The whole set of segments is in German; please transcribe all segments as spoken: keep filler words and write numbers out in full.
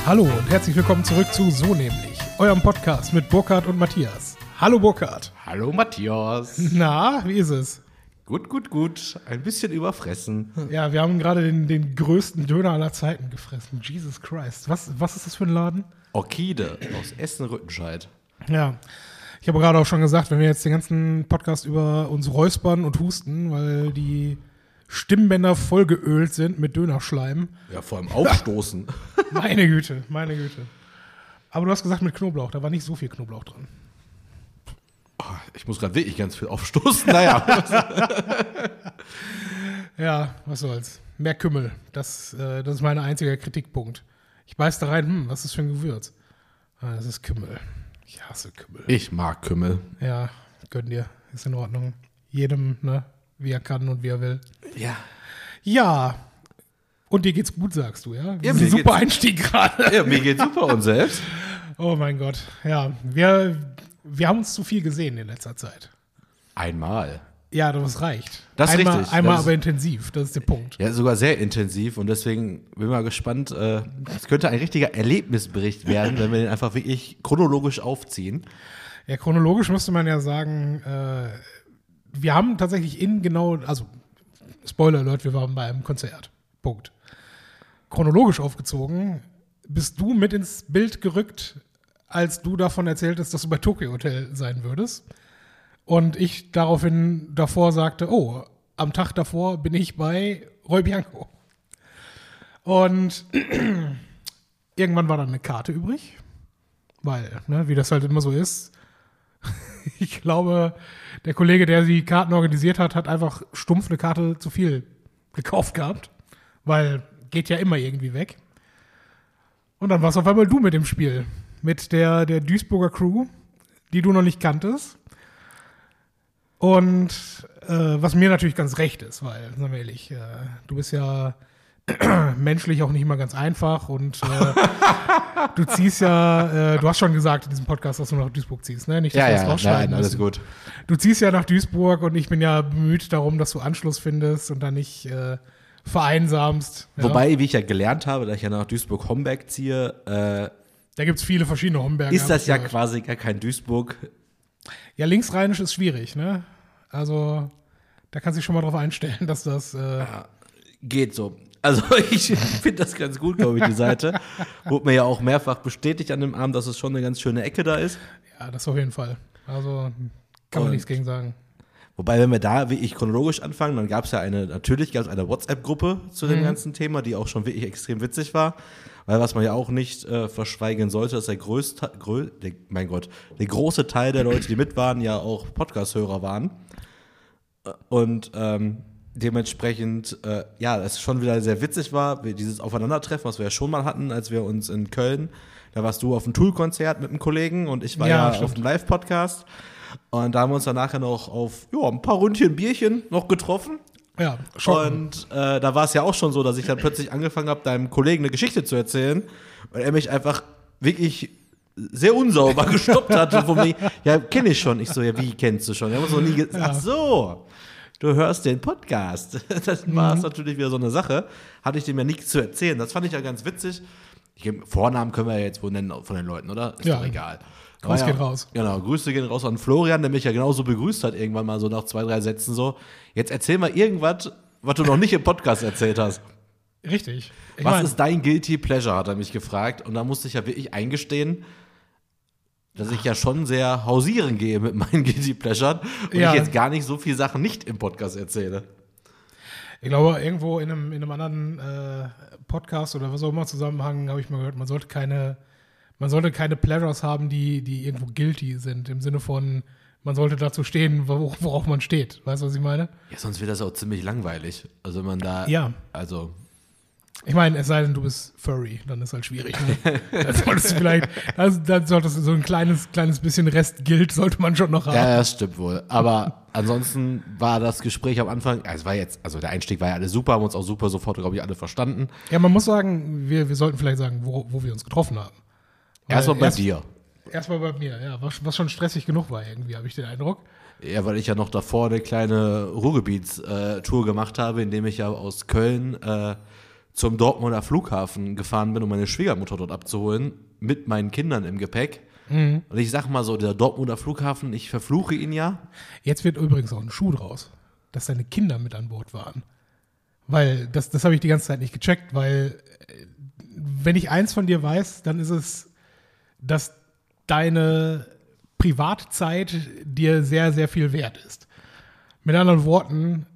Hallo und herzlich willkommen zurück zu So nämlich, eurem Podcast mit Burkhard und Matthias. Hallo Burkhard. Hallo Matthias. Na, wie ist es? Gut, gut, gut. Ein bisschen überfressen. Ja, wir haben gerade den, den größten Döner aller Zeiten gefressen. Jesus Christ. Was, was ist das für ein Laden? Orchide aus Essen-Rüttenscheid. Ja, ich habe gerade auch schon gesagt, wenn wir jetzt den ganzen Podcast über uns räuspern und husten, weil die Stimmbänder vollgeölt sind mit Dönerschleim. Ja, vor allem aufstoßen. Meine Güte, meine Güte. Aber du hast gesagt mit Knoblauch, da war nicht so viel Knoblauch drin. Oh, ich muss gerade wirklich ganz viel aufstoßen. Naja. Ja, was soll's. Mehr Kümmel, das, äh, das ist mein einziger Kritikpunkt. Ich beiß da rein, hm, was ist das für ein Gewürz? Ah, das ist Kümmel. Ich hasse Kümmel. Ich mag Kümmel. Ja, gönn dir, ist in Ordnung. Jedem, ne, wie er kann und wie er will. Ja. Ja, und dir geht's gut, sagst du, ja? Ja, das ist ein super Einstieg gerade. Ja, mir geht's super und selbst? Oh mein Gott, ja. Wir, wir haben uns zu viel gesehen in letzter Zeit. Einmal. Ja, das reicht. Das ist einmal, richtig. Einmal Das ist, aber intensiv, das ist der Punkt. Ja, sogar sehr intensiv und deswegen bin ich mal gespannt. Es äh, könnte ein richtiger Erlebnisbericht werden, wenn wir den einfach wirklich chronologisch aufziehen. Ja, chronologisch müsste man ja sagen, äh, wir haben tatsächlich in genau, also Spoiler Alert, wir waren bei einem Konzert. Punkt. Chronologisch aufgezogen, bist du mit ins Bild gerückt, als du davon erzähltest, dass du bei Tokyo Hotel sein würdest. Und ich daraufhin davor sagte, oh, am Tag davor bin ich bei Roy Bianco. Und irgendwann war dann eine Karte übrig, weil, ne, wie das halt immer so ist, ich glaube, der Kollege, der die Karten organisiert hat, hat einfach stumpf eine Karte zu viel gekauft gehabt, weil geht ja immer irgendwie weg. Und dann warst auf einmal du mit dem Spiel, mit der, der Duisburger Crew, die du noch nicht kanntest. Und äh, was mir natürlich ganz recht ist, weil, sagen wir ehrlich, äh, du bist ja menschlich auch nicht immer ganz einfach und äh, du ziehst ja, äh, du hast schon gesagt in diesem Podcast, dass du nach Duisburg ziehst, ne? Nicht, dass Ja, wir das ja, rausschneiden nein, alles müssen. gut. Du ziehst ja nach Duisburg und ich bin ja bemüht darum, dass du Anschluss findest und dann nicht äh, vereinsamst. Ja. Wobei, wie ich ja gelernt habe, da ich ja nach Duisburg-Homberg ziehe, äh, Da gibt es viele verschiedene Homberger. ist das ja quasi gar kein Duisburg. Ja, linksrheinisch ist schwierig, ne? Also, da kannst du dich schon mal drauf einstellen, dass das äh, Ja, geht so. Also ich finde das ganz gut, glaube ich, die Seite. Wurde mir ja auch mehrfach bestätigt an dem Abend, dass es schon eine ganz schöne Ecke da ist. ja, das auf jeden Fall. Also, kann man Und- nichts gegen sagen. Wobei, wenn wir da wirklich chronologisch anfangen, dann gab es ja eine, natürlich gab es eine WhatsApp-Gruppe zu dem Mhm. ganzen Thema, die auch schon wirklich extrem witzig war. Weil was man ja auch nicht äh, verschweigen sollte, dass der größte, grö, der, mein Gott, der große Teil der Leute, die mit waren, ja auch Podcast-Hörer waren. Und ähm, dementsprechend, äh, ja, es schon wieder sehr witzig war, wie dieses Aufeinandertreffen, was wir ja schon mal hatten, als wir uns in Köln, da warst du auf dem Tool-Konzert mit einem Kollegen und ich war Ja, ja, stimmt. auf dem Live-Podcast. Und da haben wir uns dann nachher noch auf ja, ein paar Ründchen Bierchen noch getroffen. Ja, schon. Und äh, da war es ja auch schon so, dass ich dann plötzlich angefangen habe, deinem Kollegen eine Geschichte zu erzählen. Und er mich einfach wirklich sehr unsauber gestoppt hat. Und von mir, ja, kenne ich schon. Ich so, ja, wie kennst du schon? Wir haben uns noch nie gesagt, Ja. ach so, du hörst den Podcast. Das war es natürlich wieder so eine Sache. Hatte ich dem ja nichts zu erzählen. Das fand ich ja ganz witzig. Ich, Vornamen können wir ja jetzt wohl nennen von den Leuten, oder? Ist Ja. doch egal. Gruß Aber geht ja, raus. Genau, Grüße gehen raus an Florian, der mich ja genauso begrüßt hat, irgendwann mal so nach zwei, drei Sätzen so. Jetzt erzähl mal irgendwas, was du noch nicht im Podcast erzählt hast. Richtig. Ich Was mein, ist dein Guilty Pleasure, hat er mich gefragt. Und da musste ich ja wirklich eingestehen, dass ich ja schon sehr hausieren gehe mit meinen Guilty Pleasure und Ja. ich jetzt gar nicht so viele Sachen nicht im Podcast erzähle. Ich glaube, irgendwo in einem, in einem anderen äh, Podcast oder was auch immer Zusammenhang habe ich mal gehört, man sollte keine, man sollte keine Pleasures haben, die, die irgendwo guilty sind, im Sinne von, man sollte dazu stehen, wor- worauf man steht. Weißt du, was ich meine? Ja, sonst wird das auch ziemlich langweilig. Also wenn man da, Ja. also Ich meine, es sei denn, du bist Furry, dann ist halt schwierig. Ne? Dann solltest du vielleicht, also, dann solltest du so ein kleines, kleines bisschen Restguilt sollte man schon noch haben. ja, das stimmt wohl. Aber ansonsten war das Gespräch am Anfang, ja, es war jetzt, also der Einstieg war ja alles super, haben uns auch super sofort, glaube ich, alle verstanden. Ja, man muss sagen, wir, wir sollten vielleicht sagen, wo, wo wir uns getroffen haben. Weil Erstmal bei erst- dir. Erstmal bei mir, ja, was, was schon stressig genug war irgendwie, habe ich den Eindruck. Ja, weil ich ja noch davor eine kleine Ruhrgebietstour gemacht habe, indem ich ja aus Köln äh, zum Dortmunder Flughafen gefahren bin, um meine Schwiegermutter dort abzuholen, mit meinen Kindern im Gepäck. Mhm. Und ich sag mal so, der Dortmunder Flughafen, ich verfluche ihn ja. Jetzt wird übrigens auch ein Schuh draus, dass deine Kinder mit an Bord waren. Weil, das, das habe ich die ganze Zeit nicht gecheckt, weil wenn ich eins von dir weiß, dann ist es, dass deine Privatzeit dir sehr, sehr viel wert ist. Mit anderen Worten,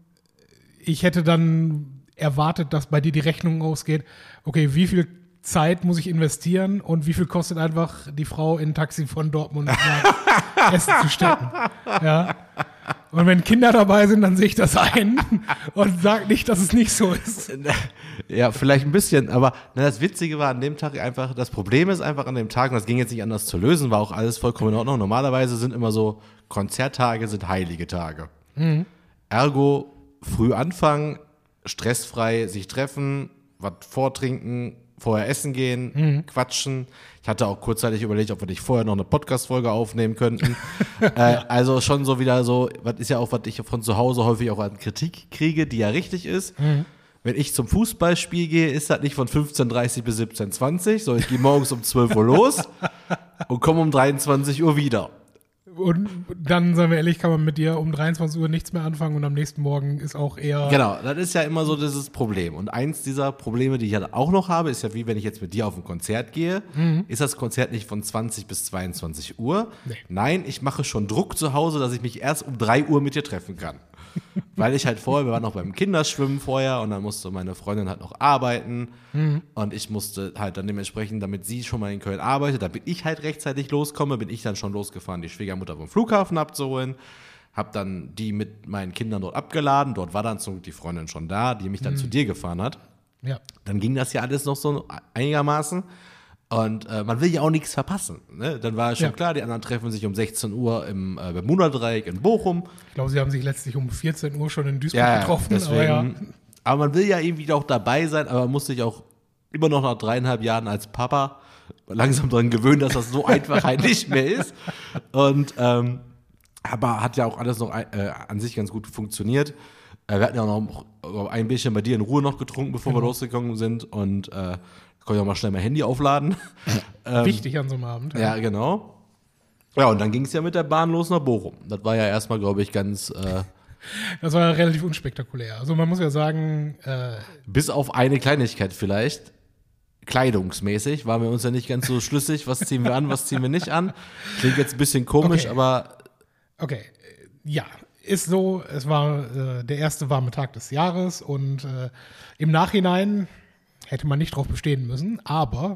ich hätte dann erwartet, dass bei dir die Rechnung ausgeht, okay, wie viel Zeit muss ich investieren und wie viel kostet einfach die Frau in ein Taxi von Dortmund nach Essen zu stecken. Ja. Und wenn Kinder dabei sind, dann sehe ich das ein und sage nicht, dass es nicht so ist. Ja, vielleicht ein bisschen, aber na, das Witzige war an dem Tag einfach, das Problem ist einfach an dem Tag, und das ging jetzt nicht anders zu lösen, war auch alles vollkommen in Ordnung. Normalerweise sind immer so, Konzerttage sind heilige Tage. Mhm. Ergo, früh anfangen, stressfrei sich treffen, was vortrinken, vorher essen gehen, mhm. quatschen. Ich hatte auch kurzzeitig überlegt, ob wir nicht vorher noch eine Podcast-Folge aufnehmen könnten. äh, also schon so wieder so, was ist ja auch, was ich von zu Hause häufig auch an Kritik kriege, die ja richtig ist. Mhm. Wenn ich zum Fußballspiel gehe, ist das nicht von fünfzehn Uhr dreißig bis siebzehn Uhr zwanzig, sondern ich gehe morgens um zwölf Uhr los und komme um dreiundzwanzig Uhr wieder. Und dann, sagen wir ehrlich, kann man mit dir um dreiundzwanzig Uhr nichts mehr anfangen und am nächsten Morgen ist auch eher... Genau, das ist ja immer so dieses Problem. Und eins dieser Probleme, die ich halt auch noch habe, ist ja wie wenn ich jetzt mit dir auf ein Konzert gehe, mhm. ist das Konzert nicht von zwanzig bis zweiundzwanzig Uhr. Nee. Nein, ich mache schon Druck zu Hause, dass ich mich erst um drei Uhr mit dir treffen kann. Weil ich halt vorher, wir waren noch beim Kinderschwimmen vorher und dann musste meine Freundin halt noch arbeiten mhm. und ich musste halt dann dementsprechend, damit sie schon mal in Köln arbeitet, damit ich halt rechtzeitig loskomme, bin ich dann schon losgefahren, die Schwiegermutter vom Flughafen abzuholen, hab dann die mit meinen Kindern dort abgeladen, dort war dann zum Glück die Freundin schon da, die mich dann mhm. zu dir gefahren hat. Ja. Dann ging das ja alles noch so einigermaßen. Und äh, man will ja auch nichts verpassen. Ne? Dann war schon ja. klar, die anderen treffen sich um sechzehn Uhr im äh, Bermuda-Dreieck in Bochum. Ich glaube, sie haben sich letztlich um vierzehn Uhr schon in Duisburg ja, getroffen. Deswegen, aber, ja. aber man will ja irgendwie auch dabei sein, aber man muss sich auch immer noch nach dreieinhalb Jahren als Papa langsam daran gewöhnen, dass das so einfach halt nicht mehr ist. Und ähm, aber hat ja auch alles noch äh, an sich ganz gut funktioniert. Äh, wir hatten ja auch noch ein Bierchen bei dir in Ruhe noch getrunken, bevor genau. wir losgegangen sind. Und äh, konnte ich auch mal schnell mein Handy aufladen. ähm, Wichtig an so einem Abend. Ja, ja genau. Ja, und dann ging es ja mit der Bahn los nach Bochum. Das war ja erstmal, glaube ich, ganz... Äh, das war ja relativ unspektakulär. Also man muss ja sagen... Äh, bis auf eine Kleinigkeit vielleicht, kleidungsmäßig, waren wir uns ja nicht ganz so schlüssig, was ziehen wir an, was ziehen wir nicht an. Klingt jetzt ein bisschen komisch, okay. aber... Okay, ja, ist so. Es war äh, der erste warme Tag des Jahres und äh, im Nachhinein... hätte man nicht drauf bestehen müssen, aber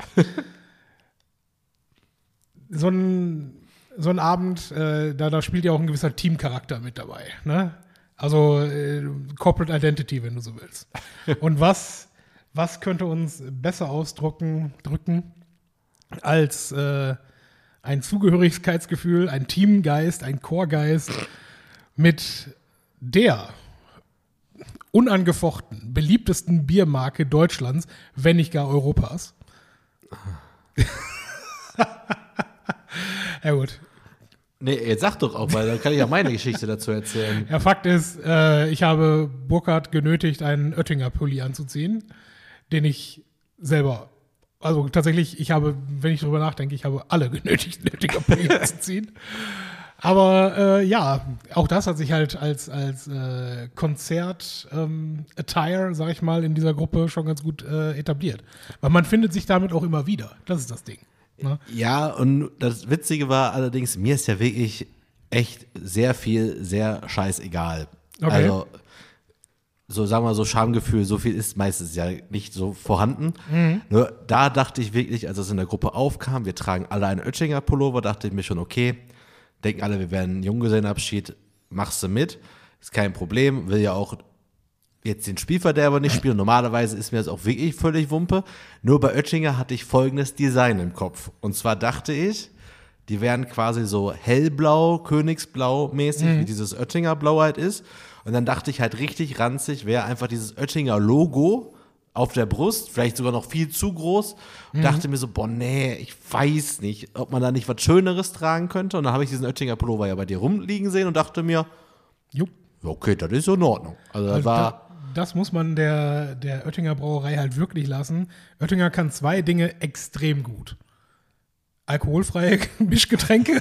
so ein, so ein Abend, äh, da, da spielt ja auch ein gewisser Teamcharakter mit dabei. Ne? Also äh, Corporate Identity, wenn du so willst. Und was, was könnte uns besser ausdrücken drücken, als äh, ein Zugehörigkeitsgefühl, ein Teamgeist, ein Chorgeist mit der unangefochten, beliebtesten Biermarke Deutschlands, wenn nicht gar Europas. Ja gut. Nee, jetzt sag doch auch, weil dann kann ich ja meine Geschichte dazu erzählen. Ja, Fakt ist, äh, ich habe Burkhard genötigt, einen Oettinger Pulli anzuziehen, den ich selber, also tatsächlich, ich habe, wenn ich drüber nachdenke, ich habe alle genötigt, einen Oettinger Pulli anzuziehen. Aber äh, ja, auch das hat sich halt als, als äh, Konzert-Attire, ähm, sag ich mal, in dieser Gruppe schon ganz gut äh, etabliert. Weil man findet sich damit auch immer wieder. Das ist das Ding. Ne? Ja, und das Witzige war allerdings, mir ist ja wirklich echt sehr viel, sehr scheißegal. Okay. Also, so sagen wir so Schamgefühl, so viel ist meistens ja nicht so vorhanden. Mhm. Nur da dachte ich wirklich, als es in der Gruppe aufkam, wir tragen alle einen Oettinger Pullover, dachte ich mir schon, okay, denken alle, wir werden einen Junggesellenabschied, machst du mit, ist kein Problem, will ja auch jetzt den Spielverderber nicht spielen. Normalerweise ist mir das auch wirklich völlig Wumpe. Nur bei Oettinger hatte ich folgendes Design im Kopf. Und zwar dachte ich, die wären quasi so hellblau, Königsblau mäßig, mhm. wie dieses Oettinger Blau halt ist. Und dann dachte ich halt richtig ranzig, wäre einfach dieses Oettinger Logo auf der Brust, vielleicht sogar noch viel zu groß. Und mhm. dachte mir so, boah, nee, ich weiß nicht, ob man da nicht was Schöneres tragen könnte. Und dann habe ich diesen Oettinger Pullover ja bei dir rumliegen sehen und dachte mir, Jupp. Okay, das ist so in Ordnung. Also, das also war da, das muss man der, der Oettinger Brauerei halt wirklich lassen. Oettinger kann zwei Dinge extrem gut. Alkoholfreie Mischgetränke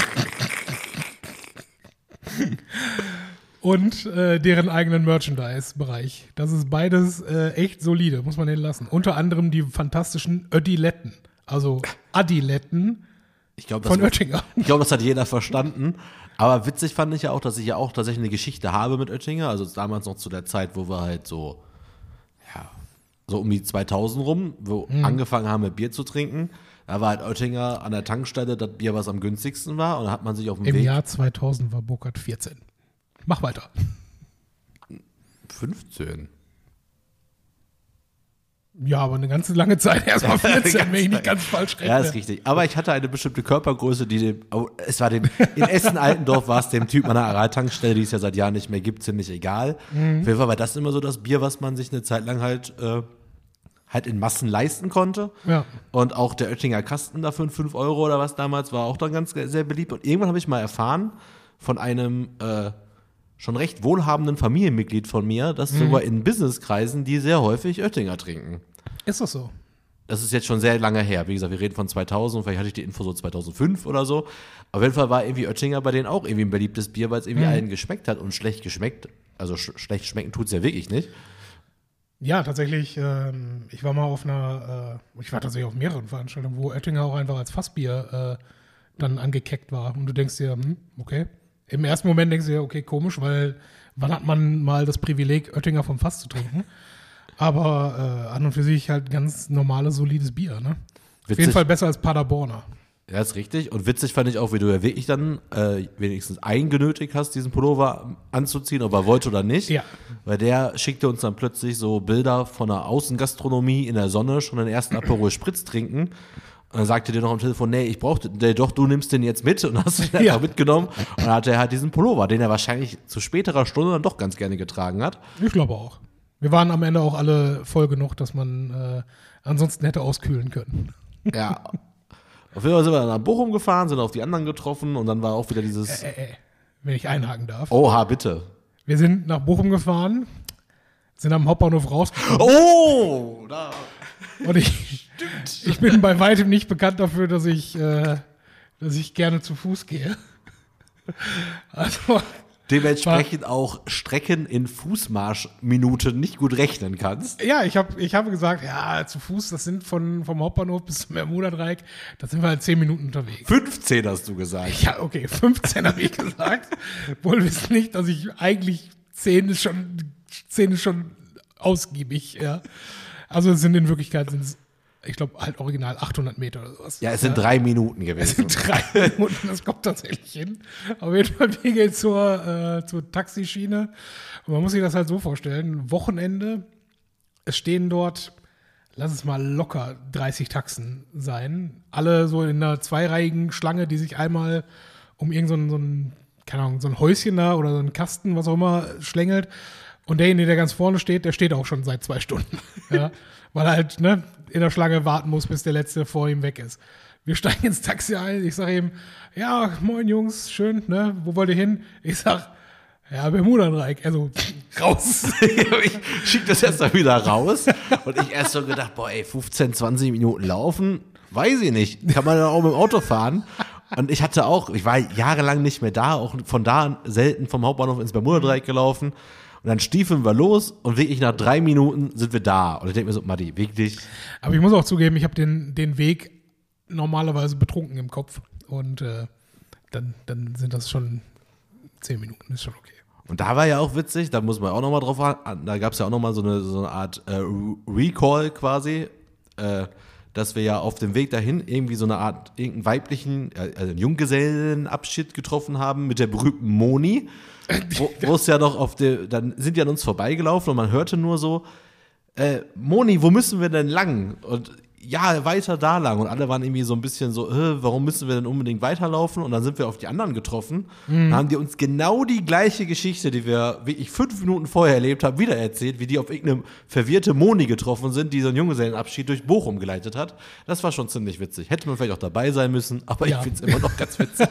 und äh, deren eigenen Merchandise-Bereich. Das ist beides äh, echt solide, muss man denen lassen. Unter anderem die fantastischen Ödiletten, also Adiletten ich glaub, von das, Oettinger. Ich glaube, das hat jeder verstanden. Aber witzig fand ich ja auch, dass ich ja auch tatsächlich eine Geschichte habe mit Oettinger. Also damals noch zu der Zeit, wo wir halt so, ja, so um die zweitausend rum, wo mhm. angefangen haben, mit Bier zu trinken. Da war halt Oettinger an der Tankstelle das Bier, was am günstigsten war. Und da hat man sich auf dem Im Weg... Im Jahr zweitausend war Burkhardt vierzehn. Mach weiter. fünfzehn. Ja, aber eine ganze lange Zeit. Erstmal vierzehn, wenn ich nicht ganz falsch rechne. Ja, ist richtig. Aber ich hatte eine bestimmte Körpergröße, die dem, oh, es war dem, in Essen-Altendorf war es dem Typ meiner Aral-Tankstelle, die es ja seit Jahren nicht mehr gibt, ziemlich egal. Mhm. Auf jeden Fall war das immer so das Bier, was man sich eine Zeit lang halt, äh, halt in Massen leisten konnte. Ja. Und auch der Oettinger Kasten da für fünf Euro oder was damals war auch dann ganz sehr beliebt. Und irgendwann habe ich mal erfahren von einem äh, schon recht wohlhabenden Familienmitglied von mir, dass mhm. sogar in Businesskreisen die sehr häufig Oettinger trinken. Ist das so? Das ist jetzt schon sehr lange her. Wie gesagt, wir reden von zweitausend, vielleicht hatte ich die Info so zweitausendfünf oder so. Auf jeden Fall war irgendwie Oettinger bei denen auch irgendwie ein beliebtes Bier, weil es irgendwie mhm. allen geschmeckt hat und schlecht geschmeckt. Also sch- schlecht schmecken tut es ja wirklich nicht. Ja, tatsächlich, ähm, ich war mal auf einer, äh, ich war tatsächlich auf mehreren Veranstaltungen, wo Oettinger auch einfach als Fassbier äh, dann angekeckt war. Und du denkst dir, hm, okay. Im ersten Moment denkst du dir, okay, komisch, weil wann hat man mal das Privileg, Oettinger vom Fass zu trinken? Aber äh, an und für sich halt ganz normales, solides Bier, ne? Auf jeden Fall besser als Paderborner. Ja, ist richtig. Und witzig fand ich auch, wie du ja wirklich dann äh, wenigstens eingenötigt hast, diesen Pullover anzuziehen, ob er wollte oder nicht. Ja. Weil der schickte uns dann plötzlich so Bilder von der Außengastronomie in der Sonne, schon den ersten Aperol Spritz trinken. Und dann sagte dir noch am Telefon, nee, ich brauchte, nee, doch, du nimmst den jetzt mit und hast ihn ja. einfach mitgenommen. Und dann hatte er halt diesen Pullover, den er wahrscheinlich zu späterer Stunde dann doch ganz gerne getragen hat. Ich glaube auch. Wir waren am Ende auch alle voll genug, dass man äh, ansonsten hätte auskühlen können. Ja. Auf jeden Fall sind wir dann nach Bochum gefahren, sind auf die anderen getroffen und dann war auch wieder dieses... Äh, äh, wenn ich einhaken darf. Oha, bitte. Wir sind nach Bochum gefahren, sind am Hauptbahnhof rausgekommen. Oh! Da. Und ich, ich bin bei weitem nicht bekannt dafür, dass ich, äh, dass ich gerne zu Fuß gehe. Also... Dementsprechend war, auch Strecken in Fußmarschminuten nicht gut rechnen kannst. Ja, ich, hab, ich habe gesagt, ja, zu Fuß, das sind von, vom Hauptbahnhof bis zum Bermuda-Dreieck, da sind wir halt zehn Minuten unterwegs. fünfzehn hast du gesagt. Ja, okay, fünfzehn habe ich gesagt. Wohl wissen nicht, dass ich eigentlich zehn ist schon, zehn ist schon ausgiebig, ja. Also es sind in Wirklichkeit sind es, ich glaube, halt original achthundert Meter oder sowas. Ja, es sind ja. drei Minuten gewesen. Es sind drei Minuten, das kommt tatsächlich hin. Auf jeden Fall, wir gehen zur, äh, zur Taxischiene. Und man muss sich das halt so vorstellen, Wochenende, es stehen dort, lass es mal locker dreißig Taxen sein. Alle so in einer zweireihigen Schlange, die sich einmal um irgend so ein, so ein, keine Ahnung, so ein Häuschen da oder so einen Kasten, was auch immer, schlängelt. Und derjenige, der ganz vorne steht, der steht auch schon seit zwei Stunden. Ja, weil er halt, ne, in der Schlange warten muss, bis der Letzte vor ihm weg ist. Wir steigen ins Taxi ein. Ich sage ihm, ja, moin Jungs, schön, ne, wo wollt ihr hin? Ich sag, ja, Bermuda-Dreieck. Also, raus. Ich schick das erst mal wieder raus. Und ich erst so gedacht, boah, ey, fünfzehn, zwanzig Minuten laufen, weiß ich nicht. Kann man dann auch mit dem Auto fahren? Und ich hatte auch, ich war jahrelang nicht mehr da, auch von da selten vom Hauptbahnhof ins Bermuda-Dreieck gelaufen. Und dann stiefeln wir los und wirklich nach drei Minuten sind wir da. Und ich denke mir so, Matti, wirklich. Aber ich muss auch zugeben, ich habe den, den Weg normalerweise betrunken im Kopf. Und äh, dann, dann sind das schon zehn Minuten, ist schon okay. Und da war ja auch witzig, da muss man auch nochmal drauf an, da gab es ja auch nochmal so eine, so eine Art äh, Recall quasi, äh, dass wir ja auf dem Weg dahin irgendwie so eine Art, irgendeinen weiblichen, äh, also einen Junggesellenabschied getroffen haben mit der berühmten Moni. Wo es ja noch auf der, dann sind die an uns vorbeigelaufen und man hörte nur so, äh, Moni, wo müssen wir denn lang? Und ja, weiter da lang. Und alle waren irgendwie so ein bisschen so, äh, warum müssen wir denn unbedingt weiterlaufen? Und dann sind wir auf die anderen getroffen. Mhm. Dann haben die uns genau die gleiche Geschichte, die wir wirklich fünf Minuten vorher erlebt haben, wieder erzählt, wie die auf irgendeine verwirrte Moni getroffen sind, die so einen Junggesellenabschied durch Bochum geleitet hat. Das war schon ziemlich witzig. Hätte man vielleicht auch dabei sein müssen, aber ja. Ich finde es immer noch ganz witzig.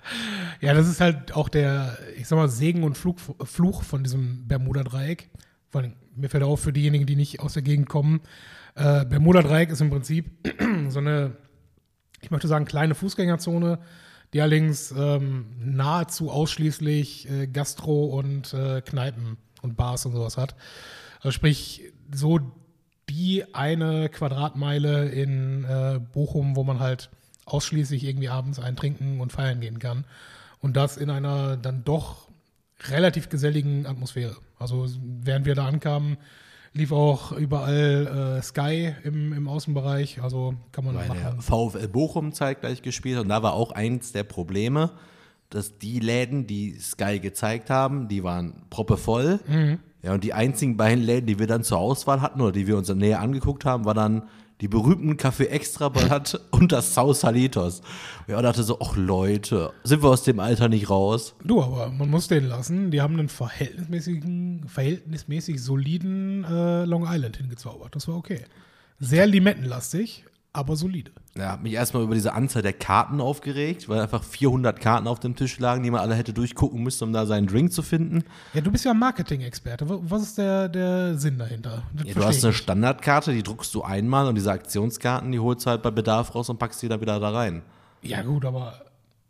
Ja, das ist halt auch der, ich sag mal, Segen und Fluch, Fluch von diesem Bermuda-Dreieck, vor allem, mir fällt auf, für diejenigen, die nicht aus der Gegend kommen, äh, Bermuda-Dreieck ist im Prinzip so eine, ich möchte sagen, kleine Fußgängerzone, die allerdings ähm, nahezu ausschließlich äh, Gastro und äh, Kneipen und Bars und sowas hat. Also sprich, so die eine Quadratmeile in äh, Bochum, wo man halt ausschließlich irgendwie abends eintrinken und feiern gehen kann. Und das in einer dann doch relativ geselligen Atmosphäre. Also während wir da ankamen, lief auch überall äh, Sky im, im Außenbereich, also kann man Weil machen. der VfL Bochum zeitgleich gespielt und da war auch eins der Probleme, dass die Läden, die Sky gezeigt haben, die waren proppevoll. Mhm. Ja, und die einzigen beiden Läden, die wir dann zur Auswahl hatten oder die wir uns näher angeguckt haben, war dann die berühmten Café Extrablatt und das Sausalitos. Ja, und dachte so, ach Leute, sind wir aus dem Alter nicht raus? Du, aber man muss den lassen, die haben einen verhältnismäßigen, verhältnismäßig soliden äh, Long Island hingezaubert. Das war okay. Sehr limettenlastig, aber solide. Ja, hab mich erstmal über diese Anzahl der Karten aufgeregt, weil einfach vierhundert Karten auf dem Tisch lagen, die man alle hätte durchgucken müssen, um da seinen Drink zu finden. Ja, du bist ja Marketing-Experte. Was ist der, der Sinn dahinter? Ja, du hast eine Standardkarte, die druckst du einmal und diese Aktionskarten, die holst du halt bei Bedarf raus und packst die dann wieder da rein. Ja gut, aber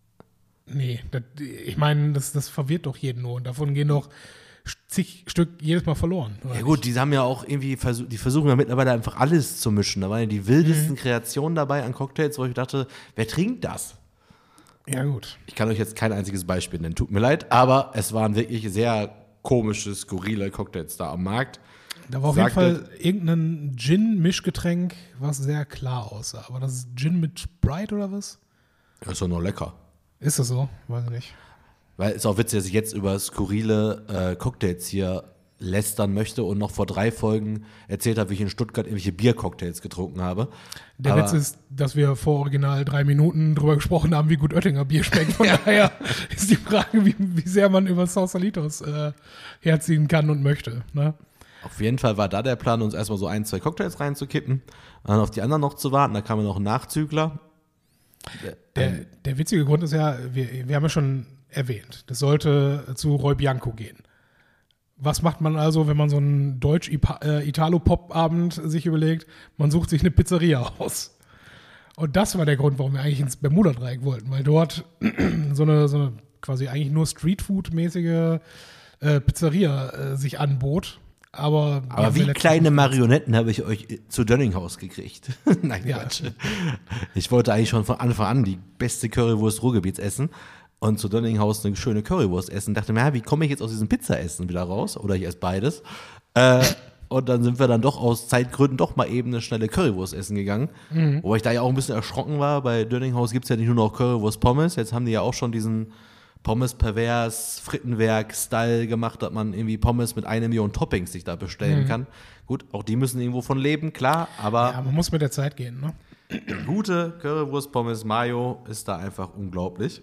nee, das, ich meine, das, das verwirrt doch jeden nur und davon gehen doch zig Stück jedes Mal verloren. Ja gut, die haben ja auch irgendwie, versuch, die versuchen ja mittlerweile einfach alles zu mischen. Da waren ja die wildesten mhm. Kreationen dabei an Cocktails, wo ich dachte, wer trinkt das? Ja gut. Ich kann euch jetzt kein einziges Beispiel nennen, tut mir leid, aber es waren wirklich sehr komische, skurrile Cocktails da am Markt. Da war auf Sagte, jeden Fall irgendein Gin-Mischgetränk, was sehr klar aussah. Aber das ist Gin mit Sprite oder was? Das ist doch noch lecker. Ist das so? Weiß ich nicht. Weil es ist auch witzig, dass ich jetzt über skurrile äh, Cocktails hier lästern möchte und noch vor drei Folgen erzählt habe, wie ich in Stuttgart irgendwelche Biercocktails getrunken habe. Der Aber Witz ist, dass wir vor original drei Minuten drüber gesprochen haben, wie gut Oettinger Bier schmeckt. Von ja. daher ist die Frage, wie, wie sehr man über Sausalitos äh, herziehen kann und möchte. Ne? Auf jeden Fall war da der Plan, uns erstmal so ein, zwei Cocktails reinzukippen, dann auf die anderen noch zu warten. Da kam ja noch ein Nachzügler. Der, der, der witzige Grund ist ja, wir, wir haben ja schon erwähnt, das sollte zu Roy Bianco gehen. Was macht man also, wenn man so einen Deutsch-Italo-Pop-Abend sich überlegt? Man sucht sich eine Pizzeria aus. Und das war der Grund, warum wir eigentlich ins Bermuda-Dreieck wollten, weil dort so eine, so eine quasi eigentlich nur Streetfood-mäßige äh, Pizzeria äh, sich anbot. Aber, Aber wie kleine Marionetten habe ich euch zu Dönninghaus gekriegt. Nein, ja. Quatsch. Ich wollte eigentlich schon von Anfang an die beste Currywurst Ruhrgebiets essen und zu Dönninghaus eine schöne Currywurst essen. Dachte mir, ja, wie komme ich jetzt aus diesem Pizza-Essen wieder raus? Oder ich esse beides. Äh, und dann sind wir dann doch aus Zeitgründen doch mal eben eine schnelle Currywurst essen gegangen. Mhm. Wobei ich da ja auch ein bisschen erschrocken war. Bei Dönninghaus gibt es ja nicht nur noch Currywurst Pommes. Jetzt haben die ja auch schon diesen Pommes-Pervers, Frittenwerk-Style gemacht, dass man irgendwie Pommes mit einer Million Toppings sich da bestellen mhm. kann. Gut, auch die müssen irgendwo von leben, klar, aber ja, man muss mit der Zeit gehen, ne? Gute Currywurst, Pommes, Mayo ist da einfach unglaublich.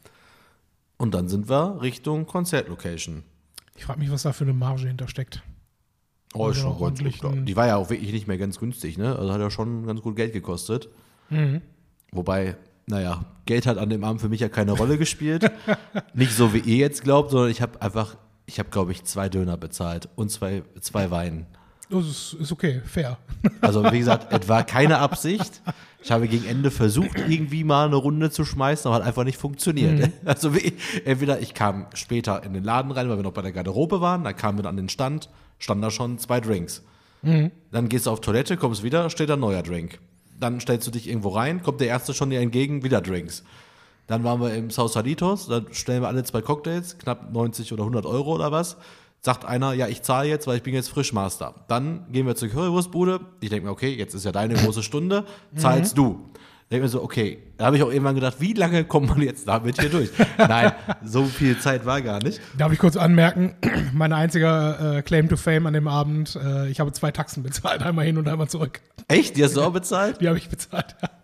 Und dann sind wir Richtung Konzertlocation. Ich frage mich, was da für eine Marge hintersteckt. Oh, ist schon ganz gut. Die war ja auch wirklich nicht mehr ganz günstig, ne? Also hat ja schon ganz gut Geld gekostet. Mhm. Wobei, naja, Geld hat an dem Abend für mich ja keine Rolle gespielt. Nicht so wie ihr jetzt glaubt, sondern ich habe einfach, ich habe glaube ich zwei Döner bezahlt und zwei, zwei Weinen. Das ist, ist okay, fair. Also wie gesagt, es war keine Absicht. Ich habe gegen Ende versucht, irgendwie mal eine Runde zu schmeißen, aber hat einfach nicht funktioniert. Mhm. Also wie, entweder ich kam später in den Laden rein, weil wir noch bei der Garderobe waren, dann kamen wir an den Stand, standen da schon zwei Drinks. Mhm. Dann gehst du auf Toilette, kommst wieder, steht da ein neuer Drink. Dann stellst du dich irgendwo rein, kommt der Erste schon dir entgegen, wieder Drinks. Dann waren wir im Sausalitos, dann stellen wir alle zwei Cocktails, knapp neunzig oder hundert Euro oder was. Sagt einer, ja, ich zahle jetzt, weil ich bin jetzt Frischmaster. Dann gehen wir zur Currywurstbude. Ich denke mir, okay, jetzt ist ja deine große Stunde, zahlst mhm. du. Denke mir so, okay, da habe ich auch irgendwann gedacht, wie lange kommt man jetzt damit hier durch? Nein, so viel Zeit war gar nicht. Darf ich kurz anmerken, mein einziger äh, Claim to Fame an dem Abend, äh, ich habe zwei Taxen bezahlt, einmal hin und einmal zurück. Echt? Die hast du auch bezahlt? Die habe ich bezahlt, ja.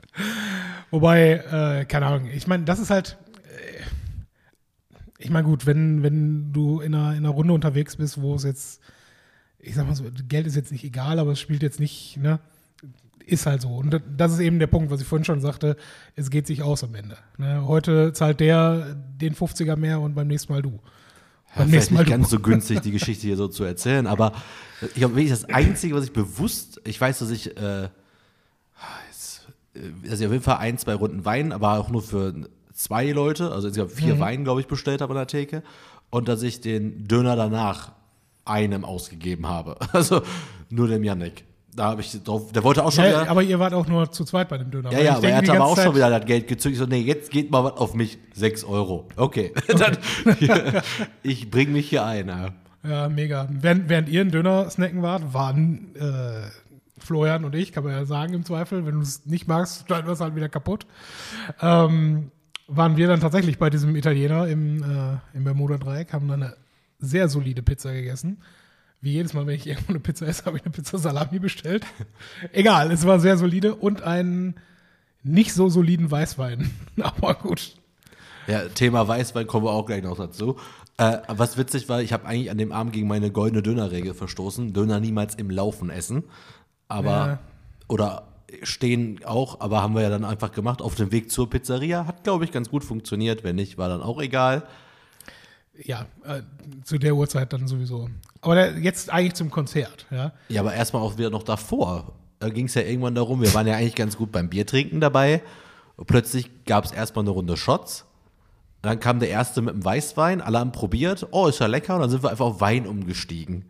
Wobei, äh, keine Ahnung, ich meine, das ist halt, äh, ich meine gut, wenn, wenn du in einer, in einer Runde unterwegs bist, wo es jetzt, ich sag mal so, Geld ist jetzt nicht egal, aber es spielt jetzt nicht, ne, ist halt so. Und das ist eben der Punkt, was ich vorhin schon sagte, es geht sich aus am Ende. Ne? Heute zahlt der den fünfziger mehr und beim nächsten Mal du. Beim vielleicht nächsten Mal nicht du. ganz so günstig, die Geschichte hier so zu erzählen, aber ich glaube, wirklich das Einzige, was ich bewusst, ich weiß, dass ich, äh, jetzt, äh, dass ich auf jeden Fall ein, zwei Runden Wein, aber auch nur für zwei Leute, also insgesamt vier Mhm. Wein, glaube ich, bestellt habe an der Theke und dass ich den Döner danach einem ausgegeben habe. Also nur dem Yannick. Da habe ich drauf, der wollte auch schon Ja, wieder. aber ihr wart auch nur zu zweit bei dem Döner. Ja, Weil ja, ich aber er denke hat die aber auch ganze schon Zeit- wieder das Geld gezückt. Ich so, nee, jetzt geht mal was auf mich. Sechs Euro. Okay. Dann, hier, ich bring mich hier ein. Ja. Ja, mega. Während, während ihr einen Döner snacken wart, waren äh, Florian und ich, kann man ja sagen im Zweifel, wenn du es nicht magst, dann wird es halt wieder kaputt. Ähm, waren wir dann tatsächlich bei diesem Italiener im, äh, im Bermuda-Dreieck, haben dann eine sehr solide Pizza gegessen. Wie jedes Mal, wenn ich irgendwo eine Pizza esse, habe ich eine Pizza Salami bestellt. Egal, es war sehr solide und einen nicht so soliden Weißwein. Aber gut. Ja, Thema Weißwein kommen wir auch gleich noch dazu. Äh, was witzig war, ich habe eigentlich an dem Abend gegen meine goldene Dönerregel verstoßen. Döner niemals im Laufen essen. Aber, Ja. oder stehen auch, aber haben wir ja dann einfach gemacht. Auf dem Weg zur Pizzeria. Hat, glaube ich, ganz gut funktioniert. Wenn nicht, war dann auch egal. Ja, äh, zu der Uhrzeit dann sowieso. Aber der, jetzt eigentlich zum Konzert, ja. Ja, aber erstmal auch wieder noch davor. Da ging es ja irgendwann darum, wir waren ja eigentlich ganz gut beim Biertrinken dabei. Und plötzlich gab es erstmal eine Runde Shots. Dann kam der erste mit dem Weißwein, alle haben probiert. Oh, ist ja lecker. Und dann sind wir einfach auf Wein umgestiegen.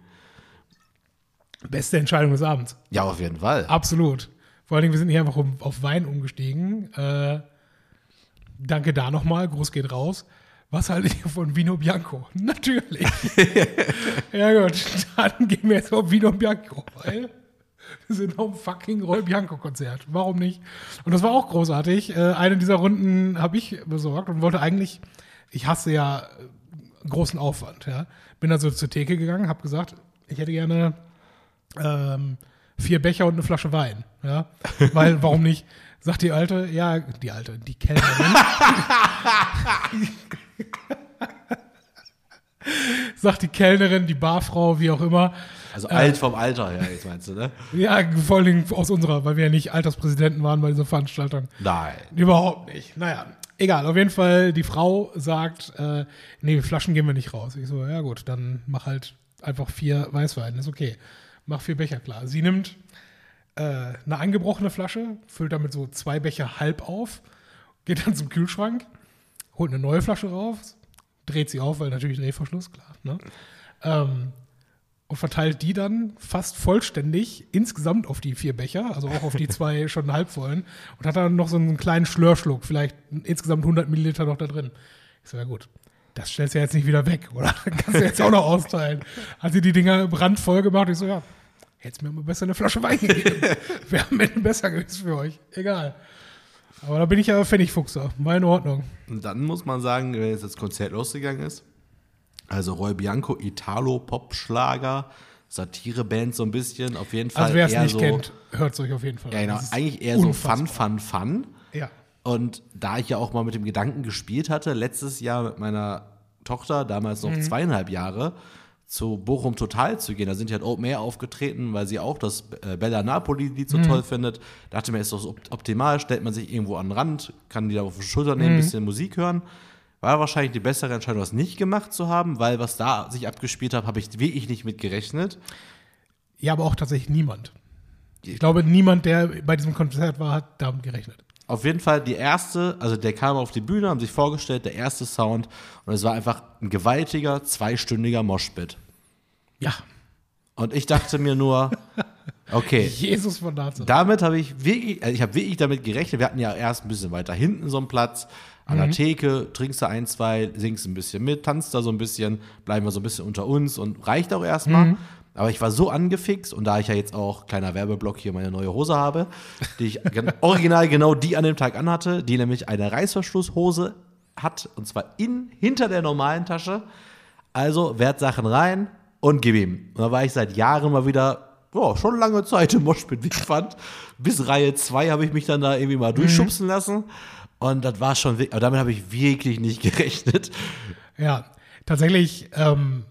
Beste Entscheidung des Abends. Ja, auf jeden Fall. Absolut. Vor allen Dingen, wir sind hier einfach um, auf Wein umgestiegen. Äh, danke da nochmal, Gruß geht raus. Was haltet ihr von Vino Bianco? Natürlich. Ja gut, dann gehen wir jetzt auf Vino Bianco, weil wir sind auf dem fucking Roy Bianco-Konzert. Warum nicht? Und das war auch großartig. Äh, eine dieser Runden habe ich besorgt und wollte eigentlich, ich hasse ja äh, großen Aufwand. Ja. Bin also zur Theke gegangen, habe gesagt, ich hätte gerne ähm, vier Becher und eine Flasche Wein. Ja. Weil, warum nicht? Sagt die Alte, ja, die Alte, die Kellnerin. Sagt die Kellnerin, die Barfrau, wie auch immer. Also alt vom Alter her, jetzt meinst du, ne? Ja, vor allen Dingen aus unserer, weil wir ja nicht Alterspräsidenten waren bei dieser Veranstaltung. Nein. Überhaupt nicht. Naja, egal. Auf jeden Fall, die Frau sagt, äh, nee, Flaschen gehen wir nicht raus. Ich so, ja gut, dann mach halt einfach vier Weißwein, ist okay. Mach vier Becher klar. Sie nimmt äh, eine angebrochene Flasche, füllt damit so zwei Becher halb auf, geht dann zum Kühlschrank, holt eine neue Flasche raus, dreht sie auf, weil natürlich Drehverschluss, klar, ne? Ähm, und verteilt die dann fast vollständig insgesamt auf die vier Becher, also auch auf die zwei schon halbvollen und hat dann noch so einen kleinen Schlörschluck, vielleicht insgesamt hundert Milliliter noch da drin. Ich so, ja gut, das stellst du ja jetzt nicht wieder weg, oder? Kannst du jetzt auch noch austeilen. Hat sie die Dinger brandvoll gemacht, ich so, ja, hättest mir mal besser eine Flasche Wein gegeben. Wäre am Ende besser gewesen für euch. Egal. Aber da bin ich ja Pfennigfuchser. War in Ordnung. Und dann muss man sagen, wenn jetzt das Konzert losgegangen ist, also Roy Bianco, Italo-Pop-Schlager, Satireband so ein bisschen, auf jeden Fall Also wer es eher nicht so, kennt, hört es euch auf jeden Fall ja, an. genau, Das ist eigentlich eher so unfassbar. Fun, Fun, Fun. Ja. Und da ich ja auch mal mit dem Gedanken gespielt hatte, letztes Jahr mit meiner Tochter, damals noch Mhm. zweieinhalb Jahre, zu Bochum Total zu gehen. Da sind die halt Open Air aufgetreten, weil sie auch das äh, Bella Napoli-Lied so Mhm. toll findet. Dachte mir, ist doch so op- optimal, stellt man sich irgendwo an den Rand, kann die da auf die Schulter nehmen, ein Mhm. bisschen Musik hören. War wahrscheinlich die bessere Entscheidung, das nicht gemacht zu haben, weil was da sich abgespielt hat, habe ich wirklich nicht mit gerechnet. Ja, aber auch tatsächlich niemand. Ich glaube, niemand, der bei diesem Konzert war, hat damit gerechnet. Auf jeden Fall die erste, also der kam auf die Bühne, haben sich vorgestellt, der erste Sound und es war einfach ein gewaltiger, zweistündiger Moshpit. Ja. Und ich dachte mir nur, okay, Jesus von Nazareth. damit habe ich wirklich, also ich habe wirklich damit gerechnet, wir hatten ja erst ein bisschen weiter hinten so einen Platz, an der Theke, trinkst du ein, zwei, singst ein bisschen mit, tanzt da so ein bisschen, bleiben wir so ein bisschen unter uns und reicht auch erstmal. Mhm. Aber ich war so angefixt und da ich ja jetzt auch, kleiner Werbeblock, hier meine neue Hose habe, die ich gen- original genau die an dem Tag anhatte, die nämlich eine Reißverschlusshose hat und zwar in, hinter der normalen Tasche. Also Wertsachen rein und gib ihm. Und da war ich seit Jahren mal wieder, oh, schon lange Zeit im Moshpit, wie ich fand. Bis Reihe zwei habe ich mich dann da irgendwie mal durchschubsen lassen. Und das war schon, aber damit habe ich wirklich nicht gerechnet. Ja, tatsächlich, ähm,